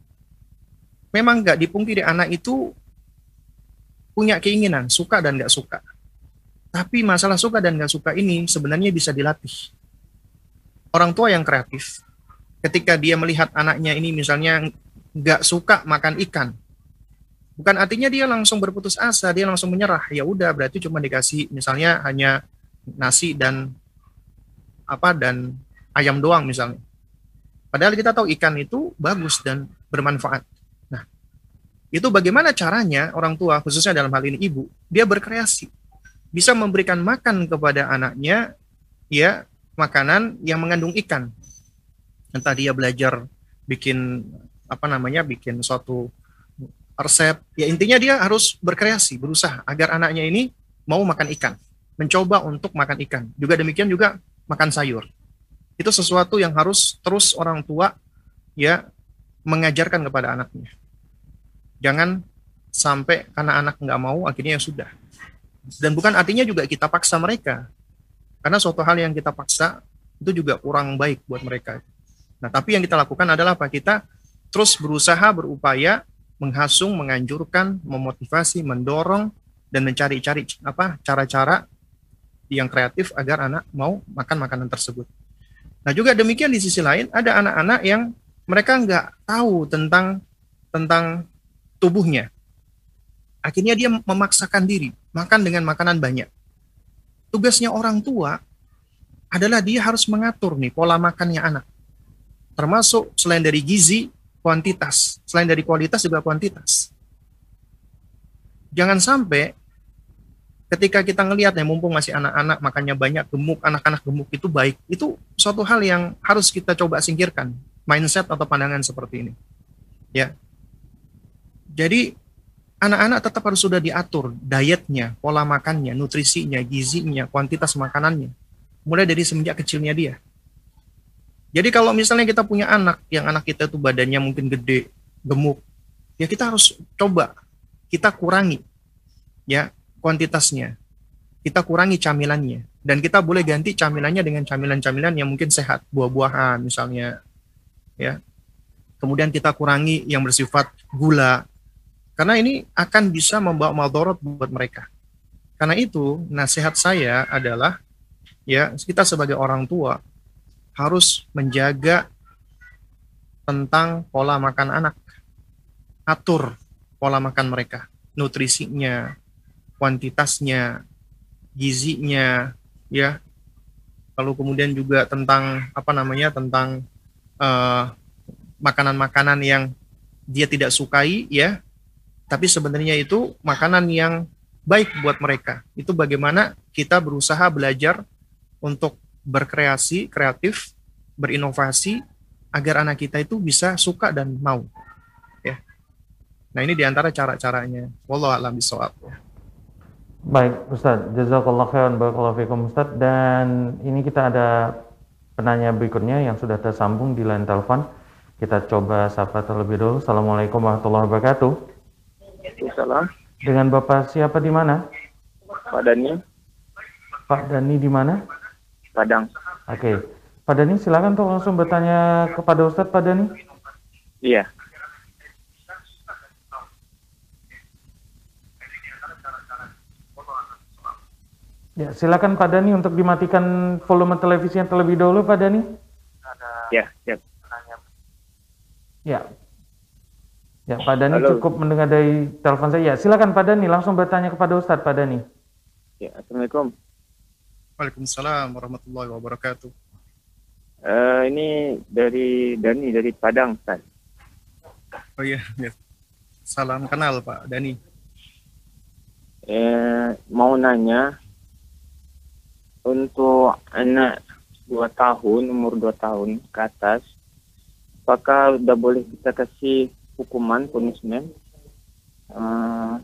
Memang nggak dipungkiri anak itu punya keinginan, suka dan nggak suka. Tapi masalah suka dan nggak suka ini sebenarnya bisa dilatih. Orang tua yang kreatif, ketika dia melihat anaknya ini misalnya nggak suka makan ikan, bukan artinya dia langsung berputus asa, dia langsung menyerah. Ya udah, berarti cuma dikasih misalnya hanya nasi dan apa dan ayam doang misalnya. Padahal kita tahu ikan itu bagus dan bermanfaat. Nah, itu bagaimana caranya orang tua, khususnya dalam hal ini ibu, dia berkreasi. Bisa memberikan makan kepada anaknya, ya, makanan yang mengandung ikan. Entah dia belajar bikin, apa namanya, bikin suatu resep. Ya, intinya dia harus berkreasi, berusaha agar anaknya ini mau makan ikan. Mencoba untuk makan ikan. Juga demikian juga makan sayur. Itu sesuatu yang harus terus orang tua ya mengajarkan kepada anaknya. Jangan sampai karena anak nggak mau akhirnya ya sudah. Dan bukan artinya juga kita paksa mereka. Karena suatu hal yang kita paksa itu juga kurang baik buat mereka. Nah, tapi yang kita lakukan adalah apa? Kita terus berusaha, berupaya menghasung, menganjurkan, memotivasi, mendorong dan mencari-cari apa cara-cara yang kreatif agar anak mau makan makanan tersebut. Nah juga demikian di sisi lain ada anak-anak yang mereka nggak tahu tentang tentang tubuhnya. Akhirnya dia memaksakan diri makan dengan makanan banyak. Tugasnya orang tua adalah dia harus mengatur nih pola makannya anak. Termasuk selain dari gizi, kuantitas. Selain dari kualitas juga kuantitas. Jangan sampai ketika kita ngelihat ya mumpung masih anak-anak makannya banyak, gemuk, anak-anak gemuk itu baik, itu suatu hal yang harus kita coba singkirkan, mindset atau pandangan seperti ini. Ya. Jadi anak-anak tetap harus sudah diatur dietnya, pola makannya, nutrisinya, gizinya, kuantitas makanannya, mulai dari semenjak kecilnya dia. Jadi kalau misalnya kita punya anak, yang anak kita itu badannya mungkin gede, gemuk, ya kita harus coba kita kurangi, ya, kuantitasnya, kita kurangi camilannya, dan kita boleh ganti camilannya dengan camilan-camilan yang mungkin sehat, buah-buahan misalnya, ya. Kemudian kita kurangi yang bersifat gula, karena ini akan bisa membawa maldorot buat mereka. Karena itu nasihat saya adalah, ya kita sebagai orang tua harus menjaga tentang pola makan anak, atur pola makan mereka, nutrisinya, kuantitasnya, gizinya, ya. Lalu kemudian juga tentang apa namanya tentang uh, makanan-makanan yang dia tidak sukai, ya. Tapi sebenarnya itu makanan yang baik buat mereka. Itu bagaimana kita berusaha belajar untuk berkreasi, kreatif, berinovasi agar anak kita itu bisa suka dan mau. Ya. Nah ini diantara cara-caranya. Wallahu a'lam bishawab. Baik, Ustadz. Jazakallah khairan, barakallahu fikum, Ustadz. Dan ini kita ada penanya berikutnya yang sudah tersambung di line telepon. Kita coba sapa terlebih dulu. Assalamualaikum warahmatullahi wabarakatuh. Waalaikumsalam. Dengan Bapak siapa di mana? Pak Dani. Pak Dani di mana? Padang. Oke. Pak Dani silakan tuh langsung bertanya kepada Ustadz, Pak Dani. Iya. Ya, silakan Pak Dani untuk dimatikan volume televisinya terlebih dahulu, Pak Dani. Ya, ya. Ya. Ya, Pak Dani Halo. cukup mendengar dari telepon saya. Ya, silakan Pak Dani langsung bertanya kepada Ustadz, Pak Dani. Ya, Assalamualaikum. Waalaikumsalam warahmatullahi wabarakatuh. Uh, ini dari Dani dari Padang, Ustaz. Oh iya, ya. Salam kenal Pak Dani. Eh, mau nanya untuk anak dua tahun, umur dua tahun ke atas, apakah udah boleh kita kasih hukuman, punishment? Uh,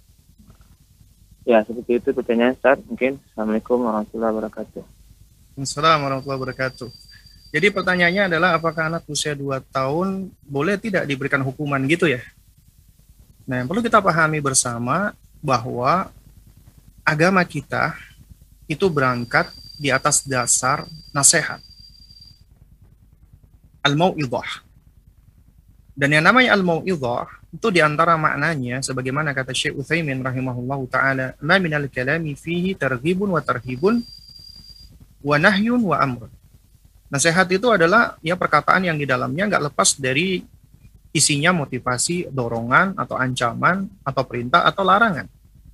ya, seperti itu pertanyaan Ustaz. Mungkin. Assalamualaikum warahmatullahi wabarakatuh. Assalamualaikum warahmatullahi wabarakatuh. Jadi pertanyaannya adalah apakah anak usia dua tahun boleh tidak diberikan hukuman gitu ya? Nah, yang perlu kita pahami bersama bahwa agama kita itu berangkat di atas dasar nasihat. Al-mau'idhah. Dan yang namanya al-mau'idhah itu diantara maknanya sebagaimana kata Syekh Utsaimin rahimahullahu taala, "Ma minal kalami fihi targhibun wa tarhibun wa nahyun wa amr." Nasihat itu adalah ya perkataan yang di dalamnya nggak lepas dari isinya motivasi, dorongan atau ancaman atau perintah atau larangan.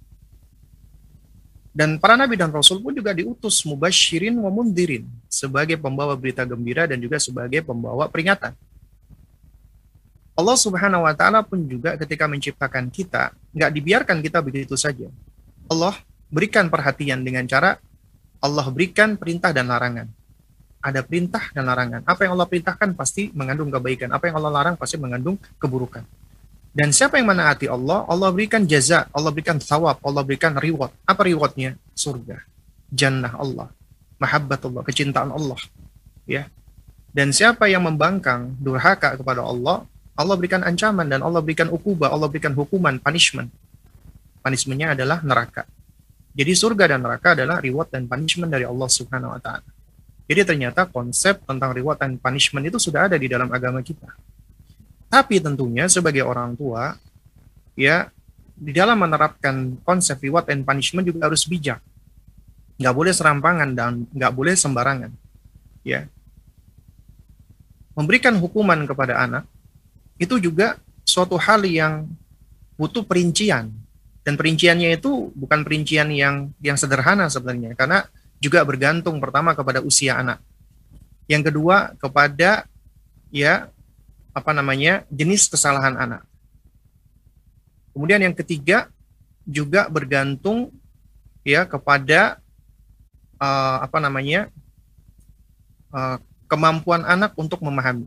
Dan para nabi dan rasul pun juga diutus mubasyirin wa mundhirin, sebagai pembawa berita gembira dan juga sebagai pembawa peringatan. Allah Subhanahu wa taala pun juga ketika menciptakan kita, nggak dibiarkan kita begitu saja. Allah berikan perhatian dengan cara Allah berikan perintah dan larangan. Ada perintah dan larangan. Apa yang Allah perintahkan pasti mengandung kebaikan. Apa yang Allah larang pasti mengandung keburukan. Dan siapa yang menaati Allah, Allah berikan jaza, Allah berikan thawab, Allah berikan reward. Apa rewardnya? Surga, jannah Allah, mahabbatullah, kecintaan Allah. Ya. Dan siapa yang membangkang, durhaka kepada Allah, Allah berikan ancaman dan Allah berikan ukubah, Allah berikan hukuman, punishment. Punishmentnya adalah neraka. Jadi surga dan neraka adalah reward dan punishment dari Allah Subhanahu wa taala. Jadi ternyata konsep tentang reward dan punishment itu sudah ada di dalam agama kita. Tapi tentunya sebagai orang tua, ya di dalam menerapkan konsep reward and punishment juga harus bijak. Nggak boleh serampangan dan nggak boleh sembarangan. Ya. Memberikan hukuman kepada anak itu juga suatu hal yang butuh perincian. Dan perinciannya itu bukan perincian yang yang sederhana sebenarnya, karena juga bergantung pertama kepada usia anak. Yang kedua kepada ya apa namanya jenis kesalahan anak. Kemudian yang ketiga juga bergantung ya kepada uh, apa namanya uh, kemampuan anak untuk memahami.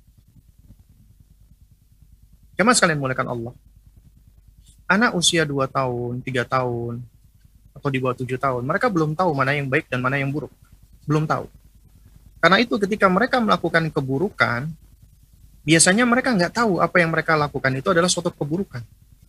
Jemaah sekalian muliakan Allah. Anak usia dua tahun, tiga tahun, atau di bawah tujuh tahun, mereka belum tahu mana yang baik dan mana yang buruk. Belum tahu. Karena itu ketika mereka melakukan keburukan, biasanya mereka nggak tahu apa yang mereka lakukan itu adalah suatu keburukan.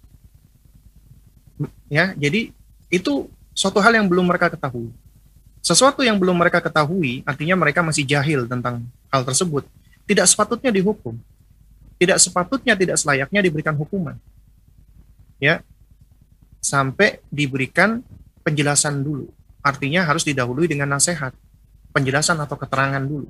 Ya, jadi itu suatu hal yang belum mereka ketahui. Sesuatu yang belum mereka ketahui, artinya mereka masih jahil tentang hal tersebut. Tidak sepatutnya dihukum. Tidak sepatutnya, tidak selayaknya diberikan hukuman. Ya, sampai diberikan penjelasan dulu. Artinya harus didahului dengan nasihat, penjelasan atau keterangan dulu.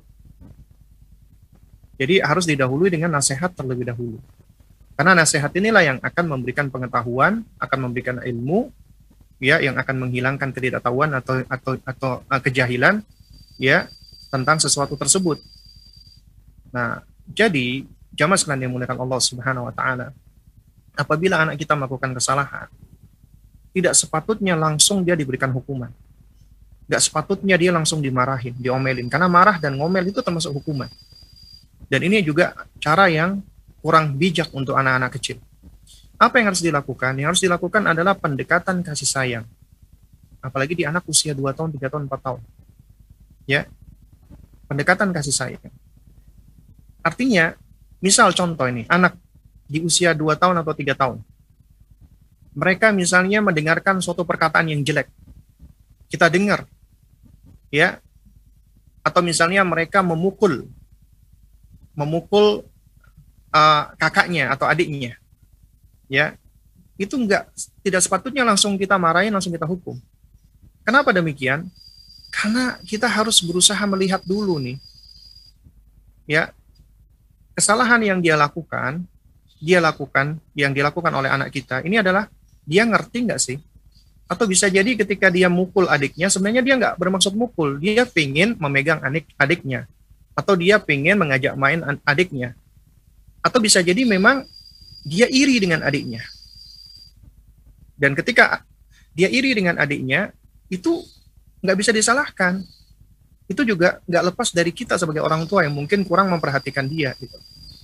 Jadi harus didahului dengan nasihat terlebih dahulu. Karena nasihat inilah yang akan memberikan pengetahuan, akan memberikan ilmu, ya, yang akan menghilangkan ketidaktahuan atau atau atau uh, kejahilan, ya, tentang sesuatu tersebut. Nah, jadi jamaah sekalian yang dimuliakan Allah Subhanahu wa taala, apabila anak kita melakukan kesalahan, tidak sepatutnya langsung dia diberikan hukuman. Tidak sepatutnya dia langsung dimarahin, diomelin. Karena marah dan ngomel itu termasuk hukuman. Dan ini juga cara yang kurang bijak untuk anak-anak kecil. Apa yang harus dilakukan? Yang harus dilakukan adalah pendekatan kasih sayang. Apalagi di anak usia dua tahun, tiga tahun, empat tahun. Ya, pendekatan kasih sayang. Artinya, misal contoh ini, anak di usia dua tahun atau tiga tahun. Mereka misalnya mendengarkan suatu perkataan yang jelek. Kita dengar. Ya. Atau misalnya mereka memukul. Memukul uh, kakaknya atau adiknya. Ya. Itu enggak, tidak sepatutnya langsung kita marahin, langsung kita hukum. Kenapa demikian? Karena kita harus berusaha melihat dulu nih. Ya. Kesalahan yang dia lakukan, dia lakukan, yang dilakukan oleh anak kita, ini adalah dia ngerti nggak sih? Atau bisa jadi ketika dia mukul adiknya, sebenarnya dia nggak bermaksud mukul, dia pengen memegang adik adiknya, atau dia pengen mengajak main adiknya, atau bisa jadi memang dia iri dengan adiknya. Dan ketika dia iri dengan adiknya, itu nggak bisa disalahkan. Itu juga nggak lepas dari kita sebagai orang tua yang mungkin kurang memperhatikan dia. Gitu.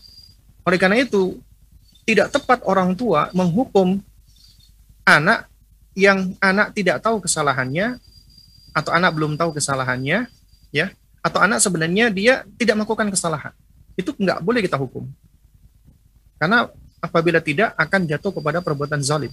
Oleh karena itu, tidak tepat orang tua menghukum anak yang anak tidak tahu kesalahannya, atau anak belum tahu kesalahannya, ya, atau anak sebenarnya dia tidak melakukan kesalahan. Itu nggak boleh kita hukum. Karena apabila tidak akan jatuh kepada perbuatan zalim.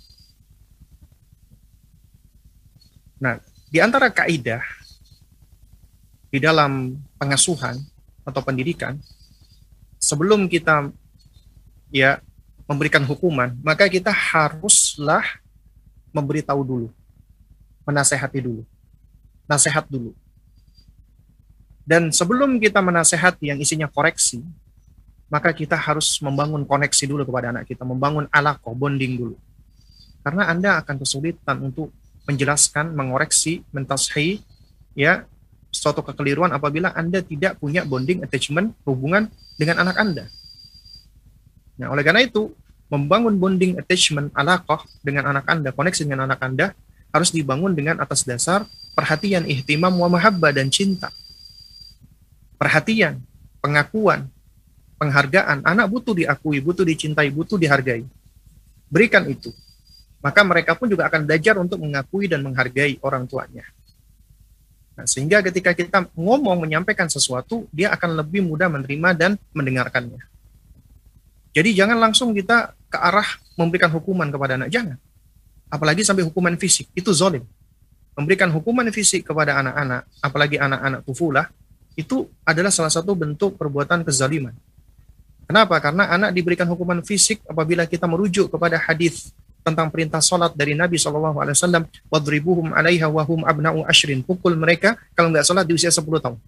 Nah, di antara kaidah di dalam pengasuhan atau pendidikan, sebelum kita ya memberikan hukuman, maka kita haruslah memberitahu dulu, menasehati dulu, nasihat dulu. Dan sebelum kita menasehati yang isinya koreksi, maka kita harus membangun koneksi dulu kepada anak kita, membangun alaqah, bonding dulu. Karena Anda akan kesulitan untuk menjelaskan, mengoreksi, mentasihih ya suatu kekeliruan apabila Anda tidak punya bonding, attachment, hubungan dengan anak Anda. Nah, oleh karena itu, membangun bonding, attachment, alaqah dengan anak Anda, koneksi dengan anak Anda, harus dibangun dengan atas dasar perhatian, ihtimam, wa mahabbah, dan cinta. Perhatian, pengakuan, penghargaan. Anak butuh diakui, butuh dicintai, butuh dihargai. Berikan itu. Maka mereka pun juga akan belajar untuk mengakui dan menghargai orang tuanya. Nah, sehingga ketika kita ngomong, menyampaikan sesuatu, dia akan lebih mudah menerima dan mendengarkannya. Jadi jangan langsung kita ke arah memberikan hukuman kepada anak, jangan. Apalagi sampai hukuman fisik, itu zalim. Memberikan hukuman fisik kepada anak-anak, apalagi anak-anak tufulah, itu adalah salah satu bentuk perbuatan kezaliman. Kenapa? Karena anak diberikan hukuman fisik apabila kita merujuk kepada hadis tentang perintah sholat dari Nabi shallallahu alaihi wasallam, wadribuhum alaiha wahum abna'u ashrin, pukul mereka kalau nggak sholat di usia sepuluh tahun.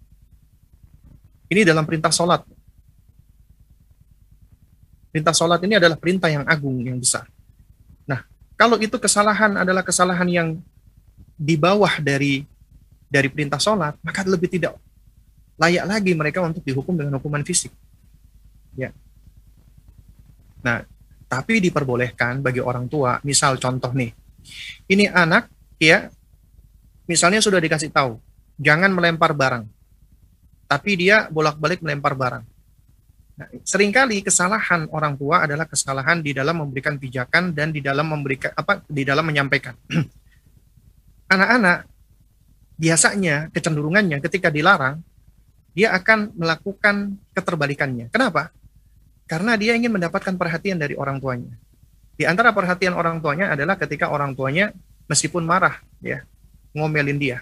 Ini dalam perintah sholat. Perintah sholat ini adalah perintah yang agung, yang besar. Nah, kalau itu kesalahan adalah kesalahan yang di bawah dari dari perintah sholat, maka lebih tidak layak lagi mereka untuk dihukum dengan hukuman fisik. Ya. Nah, tapi diperbolehkan bagi orang tua, misal contoh nih, ini anak, ya, misalnya sudah dikasih tahu, jangan melempar barang, tapi dia bolak-balik melempar barang. Nah, seringkali kesalahan orang tua adalah kesalahan di dalam memberikan pijakan dan di dalam memberikan apa di dalam menyampaikan. Anak-anak biasanya kecenderungannya ketika dilarang dia akan melakukan keterbalikannya. Kenapa? Karena dia ingin mendapatkan perhatian dari orang tuanya. Di antara perhatian orang tuanya adalah ketika orang tuanya meskipun marah, ya, ngomelin dia.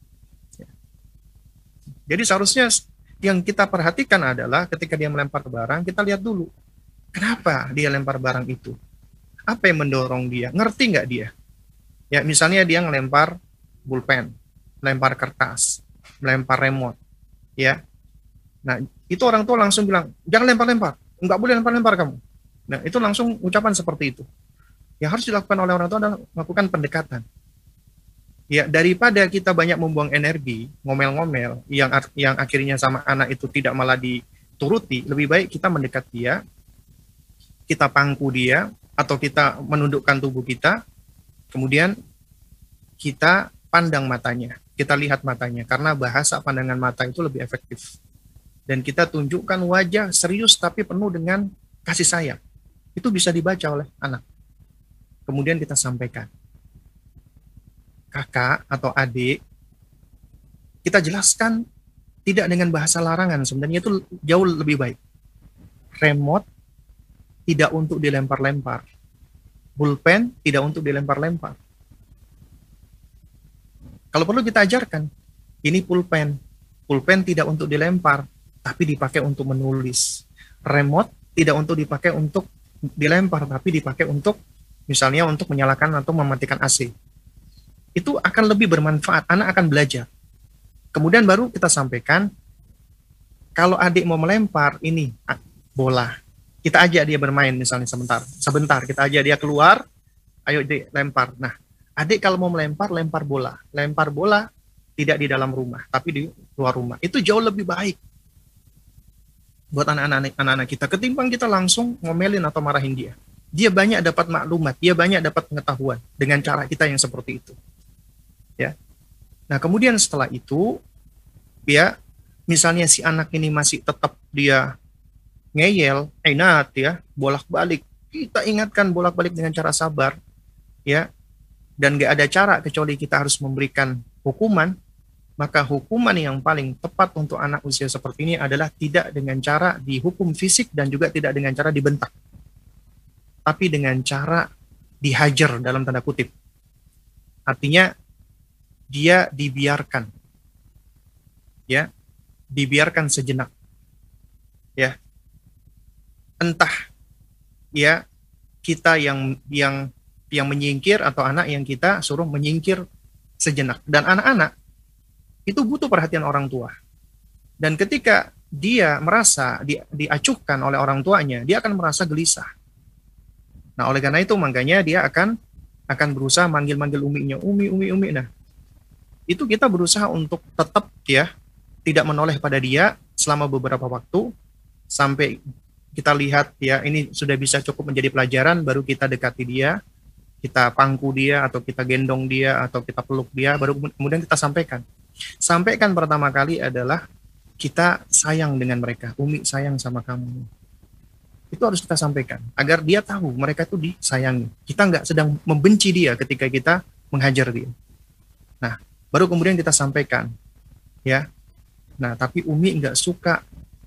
Jadi seharusnya yang kita perhatikan adalah ketika dia melempar barang, kita lihat dulu, kenapa dia lempar barang itu? Apa yang mendorong dia? Ngerti nggak dia? Ya, misalnya dia ngelempar pulpen, melempar kertas, melempar remote, ya. Nah, itu orang tua langsung bilang, jangan lempar-lempar, nggak boleh lempar-lempar kamu. Nah, itu langsung ucapan seperti itu. Yang harus dilakukan oleh orang tua adalah melakukan pendekatan. Ya, daripada kita banyak membuang energi, ngomel-ngomel, yang yang akhirnya sama anak itu tidak malah dituruti, lebih baik kita mendekat dia, kita pangku dia, atau kita menundukkan tubuh kita, kemudian kita pandang matanya, kita lihat matanya, karena bahasa pandangan mata itu lebih efektif. Dan kita tunjukkan wajah serius tapi penuh dengan kasih sayang. Itu bisa dibaca oleh anak. Kemudian kita sampaikan. Kakak atau adik, kita jelaskan tidak dengan bahasa larangan, sebenarnya itu jauh lebih baik. Remote tidak untuk dilempar-lempar. Pulpen tidak untuk dilempar-lempar. Kalau perlu kita ajarkan, ini pulpen. Pulpen tidak untuk dilempar, tapi dipakai untuk menulis. Remote tidak untuk dipakai untuk dilempar, tapi dipakai untuk, misalnya untuk menyalakan atau mematikan A C. Itu akan lebih bermanfaat, anak akan belajar. Kemudian baru kita sampaikan, kalau adik mau melempar, ini bola. Kita ajak dia bermain misalnya sebentar. Sebentar, kita ajak dia keluar, ayo adik lempar. Nah, adik kalau mau melempar, lempar bola. Lempar bola tidak di dalam rumah, tapi di luar rumah. Itu jauh lebih baik buat anak-anak anak-anak kita, ketimbang kita langsung ngomelin atau marahin dia. Dia banyak dapat maklumat, dia banyak dapat pengetahuan dengan cara kita yang seperti itu. Ya. Nah, kemudian setelah itu, ya, misalnya si anak ini masih tetap dia ngeyel, inat ya, bolak-balik. Kita ingatkan bolak-balik dengan cara sabar, ya. Dan gak ada cara kecuali kita harus memberikan hukuman. Maka hukuman yang paling tepat untuk anak usia seperti ini adalah tidak dengan cara dihukum fisik dan juga tidak dengan cara dibentak, tapi dengan cara dihajar dalam tanda kutip. Artinya dia dibiarkan, ya, dibiarkan sejenak, ya. Entah ya kita yang yang yang menyingkir atau anak yang kita suruh menyingkir sejenak. Dan anak-anak itu butuh perhatian orang tua. Dan ketika dia merasa di, diacuhkan oleh orang tuanya, dia akan merasa gelisah. Nah, oleh karena itu makanya dia akan akan berusaha manggil-manggil uminya, umi, umi, umi. Nah, itu kita berusaha untuk tetap ya tidak menoleh pada dia selama beberapa waktu sampai kita lihat ya ini sudah bisa cukup menjadi pelajaran, baru kita dekati dia, kita pangku dia atau kita gendong dia atau kita peluk dia, baru kemudian kita sampaikan. Sampaikan pertama kali adalah kita sayang dengan mereka. Umi sayang sama kamu. Itu harus kita sampaikan agar dia tahu mereka itu disayangi. Kita nggak sedang membenci dia ketika kita menghajar dia. Nah, baru kemudian kita sampaikan, ya. Nah, tapi Umi nggak suka,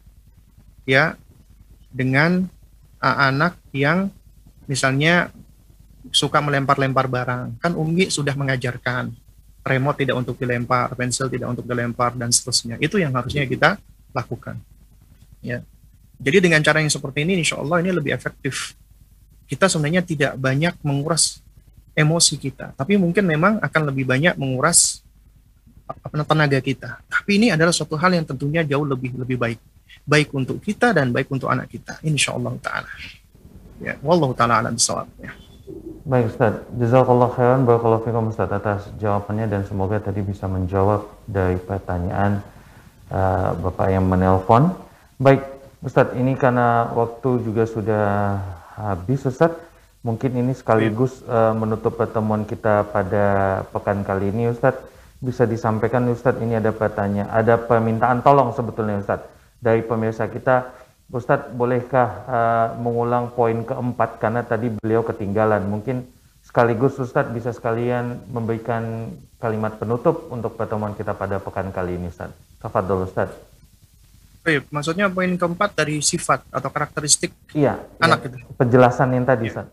ya, dengan uh, anak yang misalnya suka melempar-lempar barang. Kan Umi sudah mengajarkan remote tidak untuk dilempar, pensil tidak untuk dilempar, dan seterusnya. Itu yang harusnya kita lakukan. Ya. Jadi dengan cara yang seperti ini, insya Allah ini lebih efektif. Kita sebenarnya tidak banyak menguras emosi kita, tapi mungkin memang akan lebih banyak menguras tenaga kita. Tapi ini adalah suatu hal yang tentunya jauh lebih lebih baik, baik untuk kita dan baik untuk anak kita. Insya Allah Taala. Ya, wallahu taala a'lam bishawab. Ya. Baik Ustaz, jazakallah khairan, barakallahu fikum Ustaz atas jawabannya dan semoga tadi bisa menjawab dari pertanyaan uh, Bapak yang menelpon. Baik Ustaz, ini karena waktu juga sudah habis Ustaz, mungkin ini sekaligus uh, menutup pertemuan kita pada pekan kali ini Ustaz. Bisa disampaikan Ustaz, ini ada pertanyaan, ada permintaan tolong sebetulnya Ustaz dari pemirsa kita. Ustadz, bolehkah uh, mengulang poin keempat karena tadi beliau ketinggalan. Mungkin sekaligus Ustadz bisa sekalian memberikan kalimat penutup untuk pertemuan kita pada pekan kali ini Ustadz. Tafadhol Ustadz. Baik, maksudnya poin keempat dari sifat atau karakteristik iya, anak ya, itu. Penjelasan yang tadi ya. Ustadz.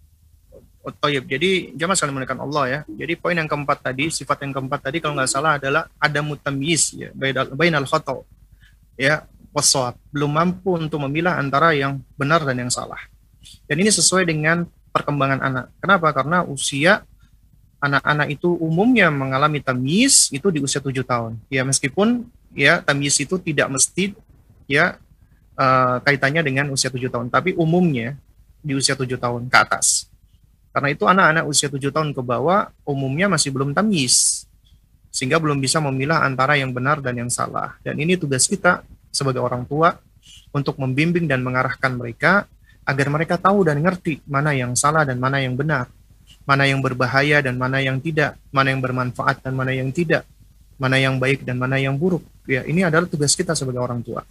Oh iya, jadi jamaah sekalian menekan Allah ya. Jadi poin yang keempat tadi, sifat yang keempat tadi kalau nggak salah adalah ada mutamyiz ya, bainal khata ya. Waswab, belum mampu untuk memilah antara yang benar dan yang salah. Dan ini sesuai dengan perkembangan anak. Kenapa? Karena usia anak-anak itu umumnya mengalami tamyiz itu di usia tujuh tahun. Ya meskipun ya tamyiz itu tidak mesti ya uh, kaitannya dengan usia tujuh tahun, tapi umumnya di usia tujuh tahun ke atas. Karena itu anak-anak usia tujuh tahun ke bawah umumnya masih belum tamyiz, sehingga belum bisa memilah antara yang benar dan yang salah. Dan ini tugas kita sebagai orang tua untuk membimbing dan mengarahkan mereka agar mereka tahu dan ngerti mana yang salah dan mana yang benar, mana yang berbahaya dan mana yang tidak, mana yang bermanfaat dan mana yang tidak, mana yang baik dan mana yang buruk. Ya, ini adalah tugas kita sebagai orang tua.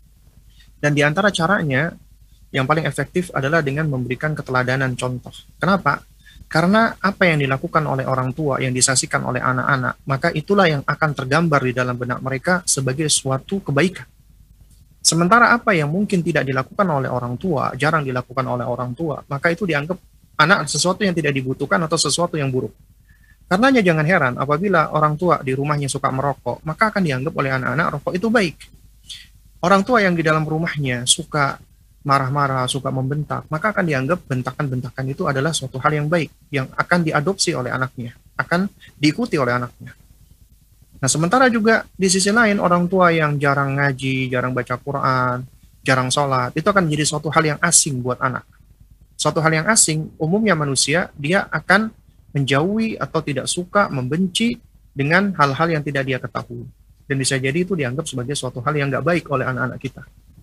Dan di antara caranya yang paling efektif adalah dengan memberikan keteladanan contoh. Kenapa? Karena apa yang dilakukan oleh orang tua, yang disaksikan oleh anak-anak, maka itulah yang akan tergambar di dalam benak mereka sebagai suatu kebaikan. Sementara apa yang mungkin tidak dilakukan oleh orang tua, jarang dilakukan oleh orang tua, maka itu dianggap anak sesuatu yang tidak dibutuhkan atau sesuatu yang buruk. Karenanya jangan heran apabila orang tua di rumahnya suka merokok, maka akan dianggap oleh anak-anak rokok itu baik. Orang tua yang di dalam rumahnya suka marah-marah, suka membentak, maka akan dianggap bentakan-bentakan itu adalah suatu hal yang baik, yang akan diadopsi oleh anaknya, akan diikuti oleh anaknya. Nah, sementara juga di sisi lain orang tua yang jarang ngaji, jarang baca Quran, jarang sholat, itu akan menjadi suatu hal yang asing buat anak. Suatu hal yang asing, umumnya manusia, dia akan menjauhi atau tidak suka, membenci dengan hal-hal yang tidak dia ketahui. Dan bisa jadi itu dianggap sebagai suatu hal yang nggak baik oleh anak-anak kita.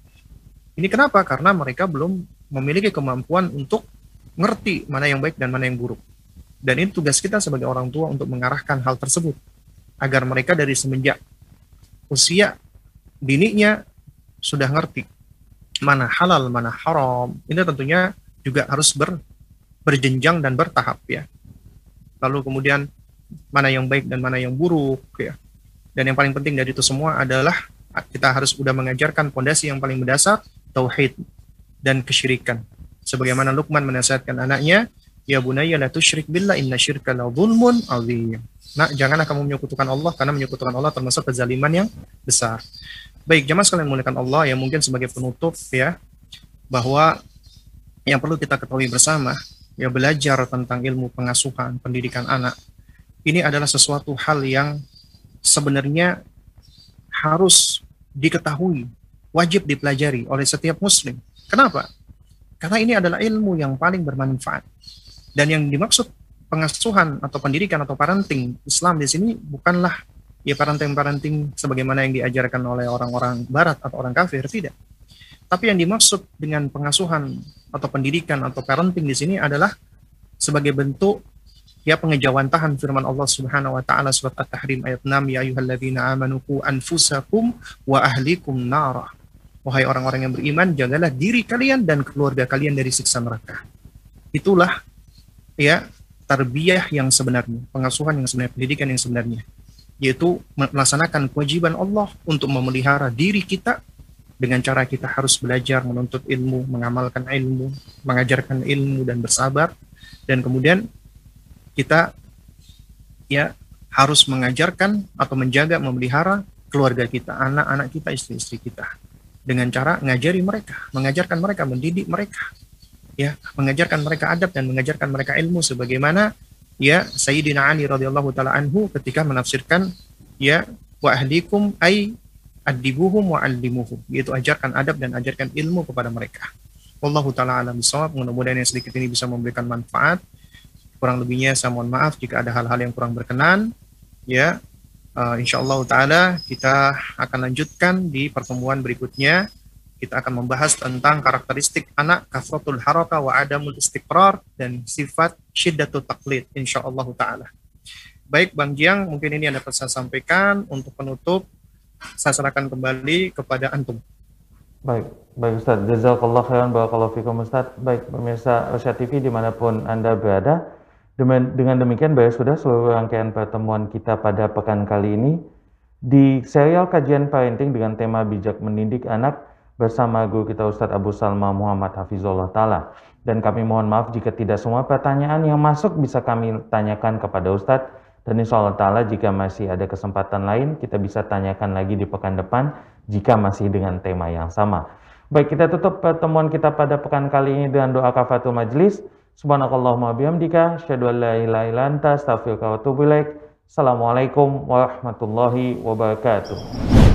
Ini kenapa? Karena mereka belum memiliki kemampuan untuk ngerti mana yang baik dan mana yang buruk. Dan ini tugas kita sebagai orang tua untuk mengarahkan hal tersebut. Agar mereka dari semenjak usia dininya sudah ngerti mana halal, mana haram. Ini tentunya juga harus ber, berjenjang dan bertahap ya. Lalu kemudian mana yang baik dan mana yang buruk ya. Dan yang paling penting dari itu semua adalah kita harus sudah mengajarkan fondasi yang paling mendasar, tauhid dan kesyirikan. Sebagaimana Luqman menasihatkan anaknya, ya bunayya la tusyrik billah inna syirka la dzulmun adzim. Nah, janganlah kamu menyekutukan Allah karena menyekutukan Allah termasuk kezaliman yang besar. Baik, jamaah sekalian muliakan Allah, yang mungkin sebagai penutup ya, bahwa yang perlu kita ketahui bersama, ya belajar tentang ilmu pengasuhan, pendidikan anak, ini adalah sesuatu hal yang sebenarnya harus diketahui, wajib dipelajari oleh setiap muslim. Kenapa? Karena ini adalah ilmu yang paling bermanfaat. Dan yang dimaksud pengasuhan atau pendidikan atau parenting Islam di sini bukanlah ya parenting-parenting sebagaimana yang diajarkan oleh orang-orang barat atau orang kafir, tidak. Tapi yang dimaksud dengan pengasuhan atau pendidikan atau parenting di sini adalah sebagai bentuk ya pengejawantahan firman Allah Subhanahu wa taala surat At-Tahrim ayat enam, ya ayyuhalladzina amanu qu anfusakum wa ahlikum nara. Wahai orang-orang yang beriman, jagalah diri kalian dan keluarga kalian dari siksa neraka. Itulah ya tarbiyah yang sebenarnya, pengasuhan yang sebenarnya, pendidikan yang sebenarnya, yaitu melaksanakan kewajiban Allah untuk memelihara diri kita dengan cara kita harus belajar, menuntut ilmu, mengamalkan ilmu, mengajarkan ilmu dan bersabar, dan kemudian kita ya harus mengajarkan atau menjaga, memelihara keluarga kita, anak-anak kita, istri-istri kita, dengan cara ngajari mereka, mengajarkan mereka, mendidik mereka, ya, mengajarkan mereka adab dan mengajarkan mereka ilmu sebagaimana ya Sayyidina Ali radhiyallahu taala anhu ketika menafsirkan ya wa ahlikum ay adibuhum wa allimuhum, yaitu ajarkan adab dan ajarkan ilmu kepada mereka. Wallahu taala alam bisawab. Mudah-mudahan yang sedikit ini bisa memberikan manfaat. Kurang lebihnya saya mohon maaf jika ada hal-hal yang kurang berkenan. Ya, uh, insyaallah taala kita akan lanjutkan di pertemuan berikutnya. Kita akan membahas tentang karakteristik anak, kafratul haraka wa adamul istiqrar, dan sifat syiddatut taqlid insyaallah taala. Baik Bang Jiang, mungkin ini yang dapat saya sampaikan. Untuk penutup saya serahkan kembali kepada antum. Baik, baik Ustaz. Jazakallah khairan, barakallahu fikum Ustaz. Baik pemirsa Rosyad T V dimanapun Anda berada, dengan demikian baik sudah seluruh rangkaian pertemuan kita pada pekan kali ini di serial kajian parenting dengan tema bijak mendidik anak bersama guru kita Ustadz Abu Salma Muhammad Hafizullah Ta'ala. Dan kami mohon maaf jika tidak semua pertanyaan yang masuk bisa kami tanyakan kepada Ustadz. Dan insya Allah Ta'ala jika masih ada kesempatan lain, kita bisa tanyakan lagi di pekan depan jika masih dengan tema yang sama. Baik, kita tutup pertemuan kita pada pekan kali ini dengan doa kafaratul majlis. Subhanakallahumma bihamdika, asyhadu an la ilaha illa anta, astaghfiruka wa atubu ilaik. Assalamualaikum warahmatullahi wabarakatuh.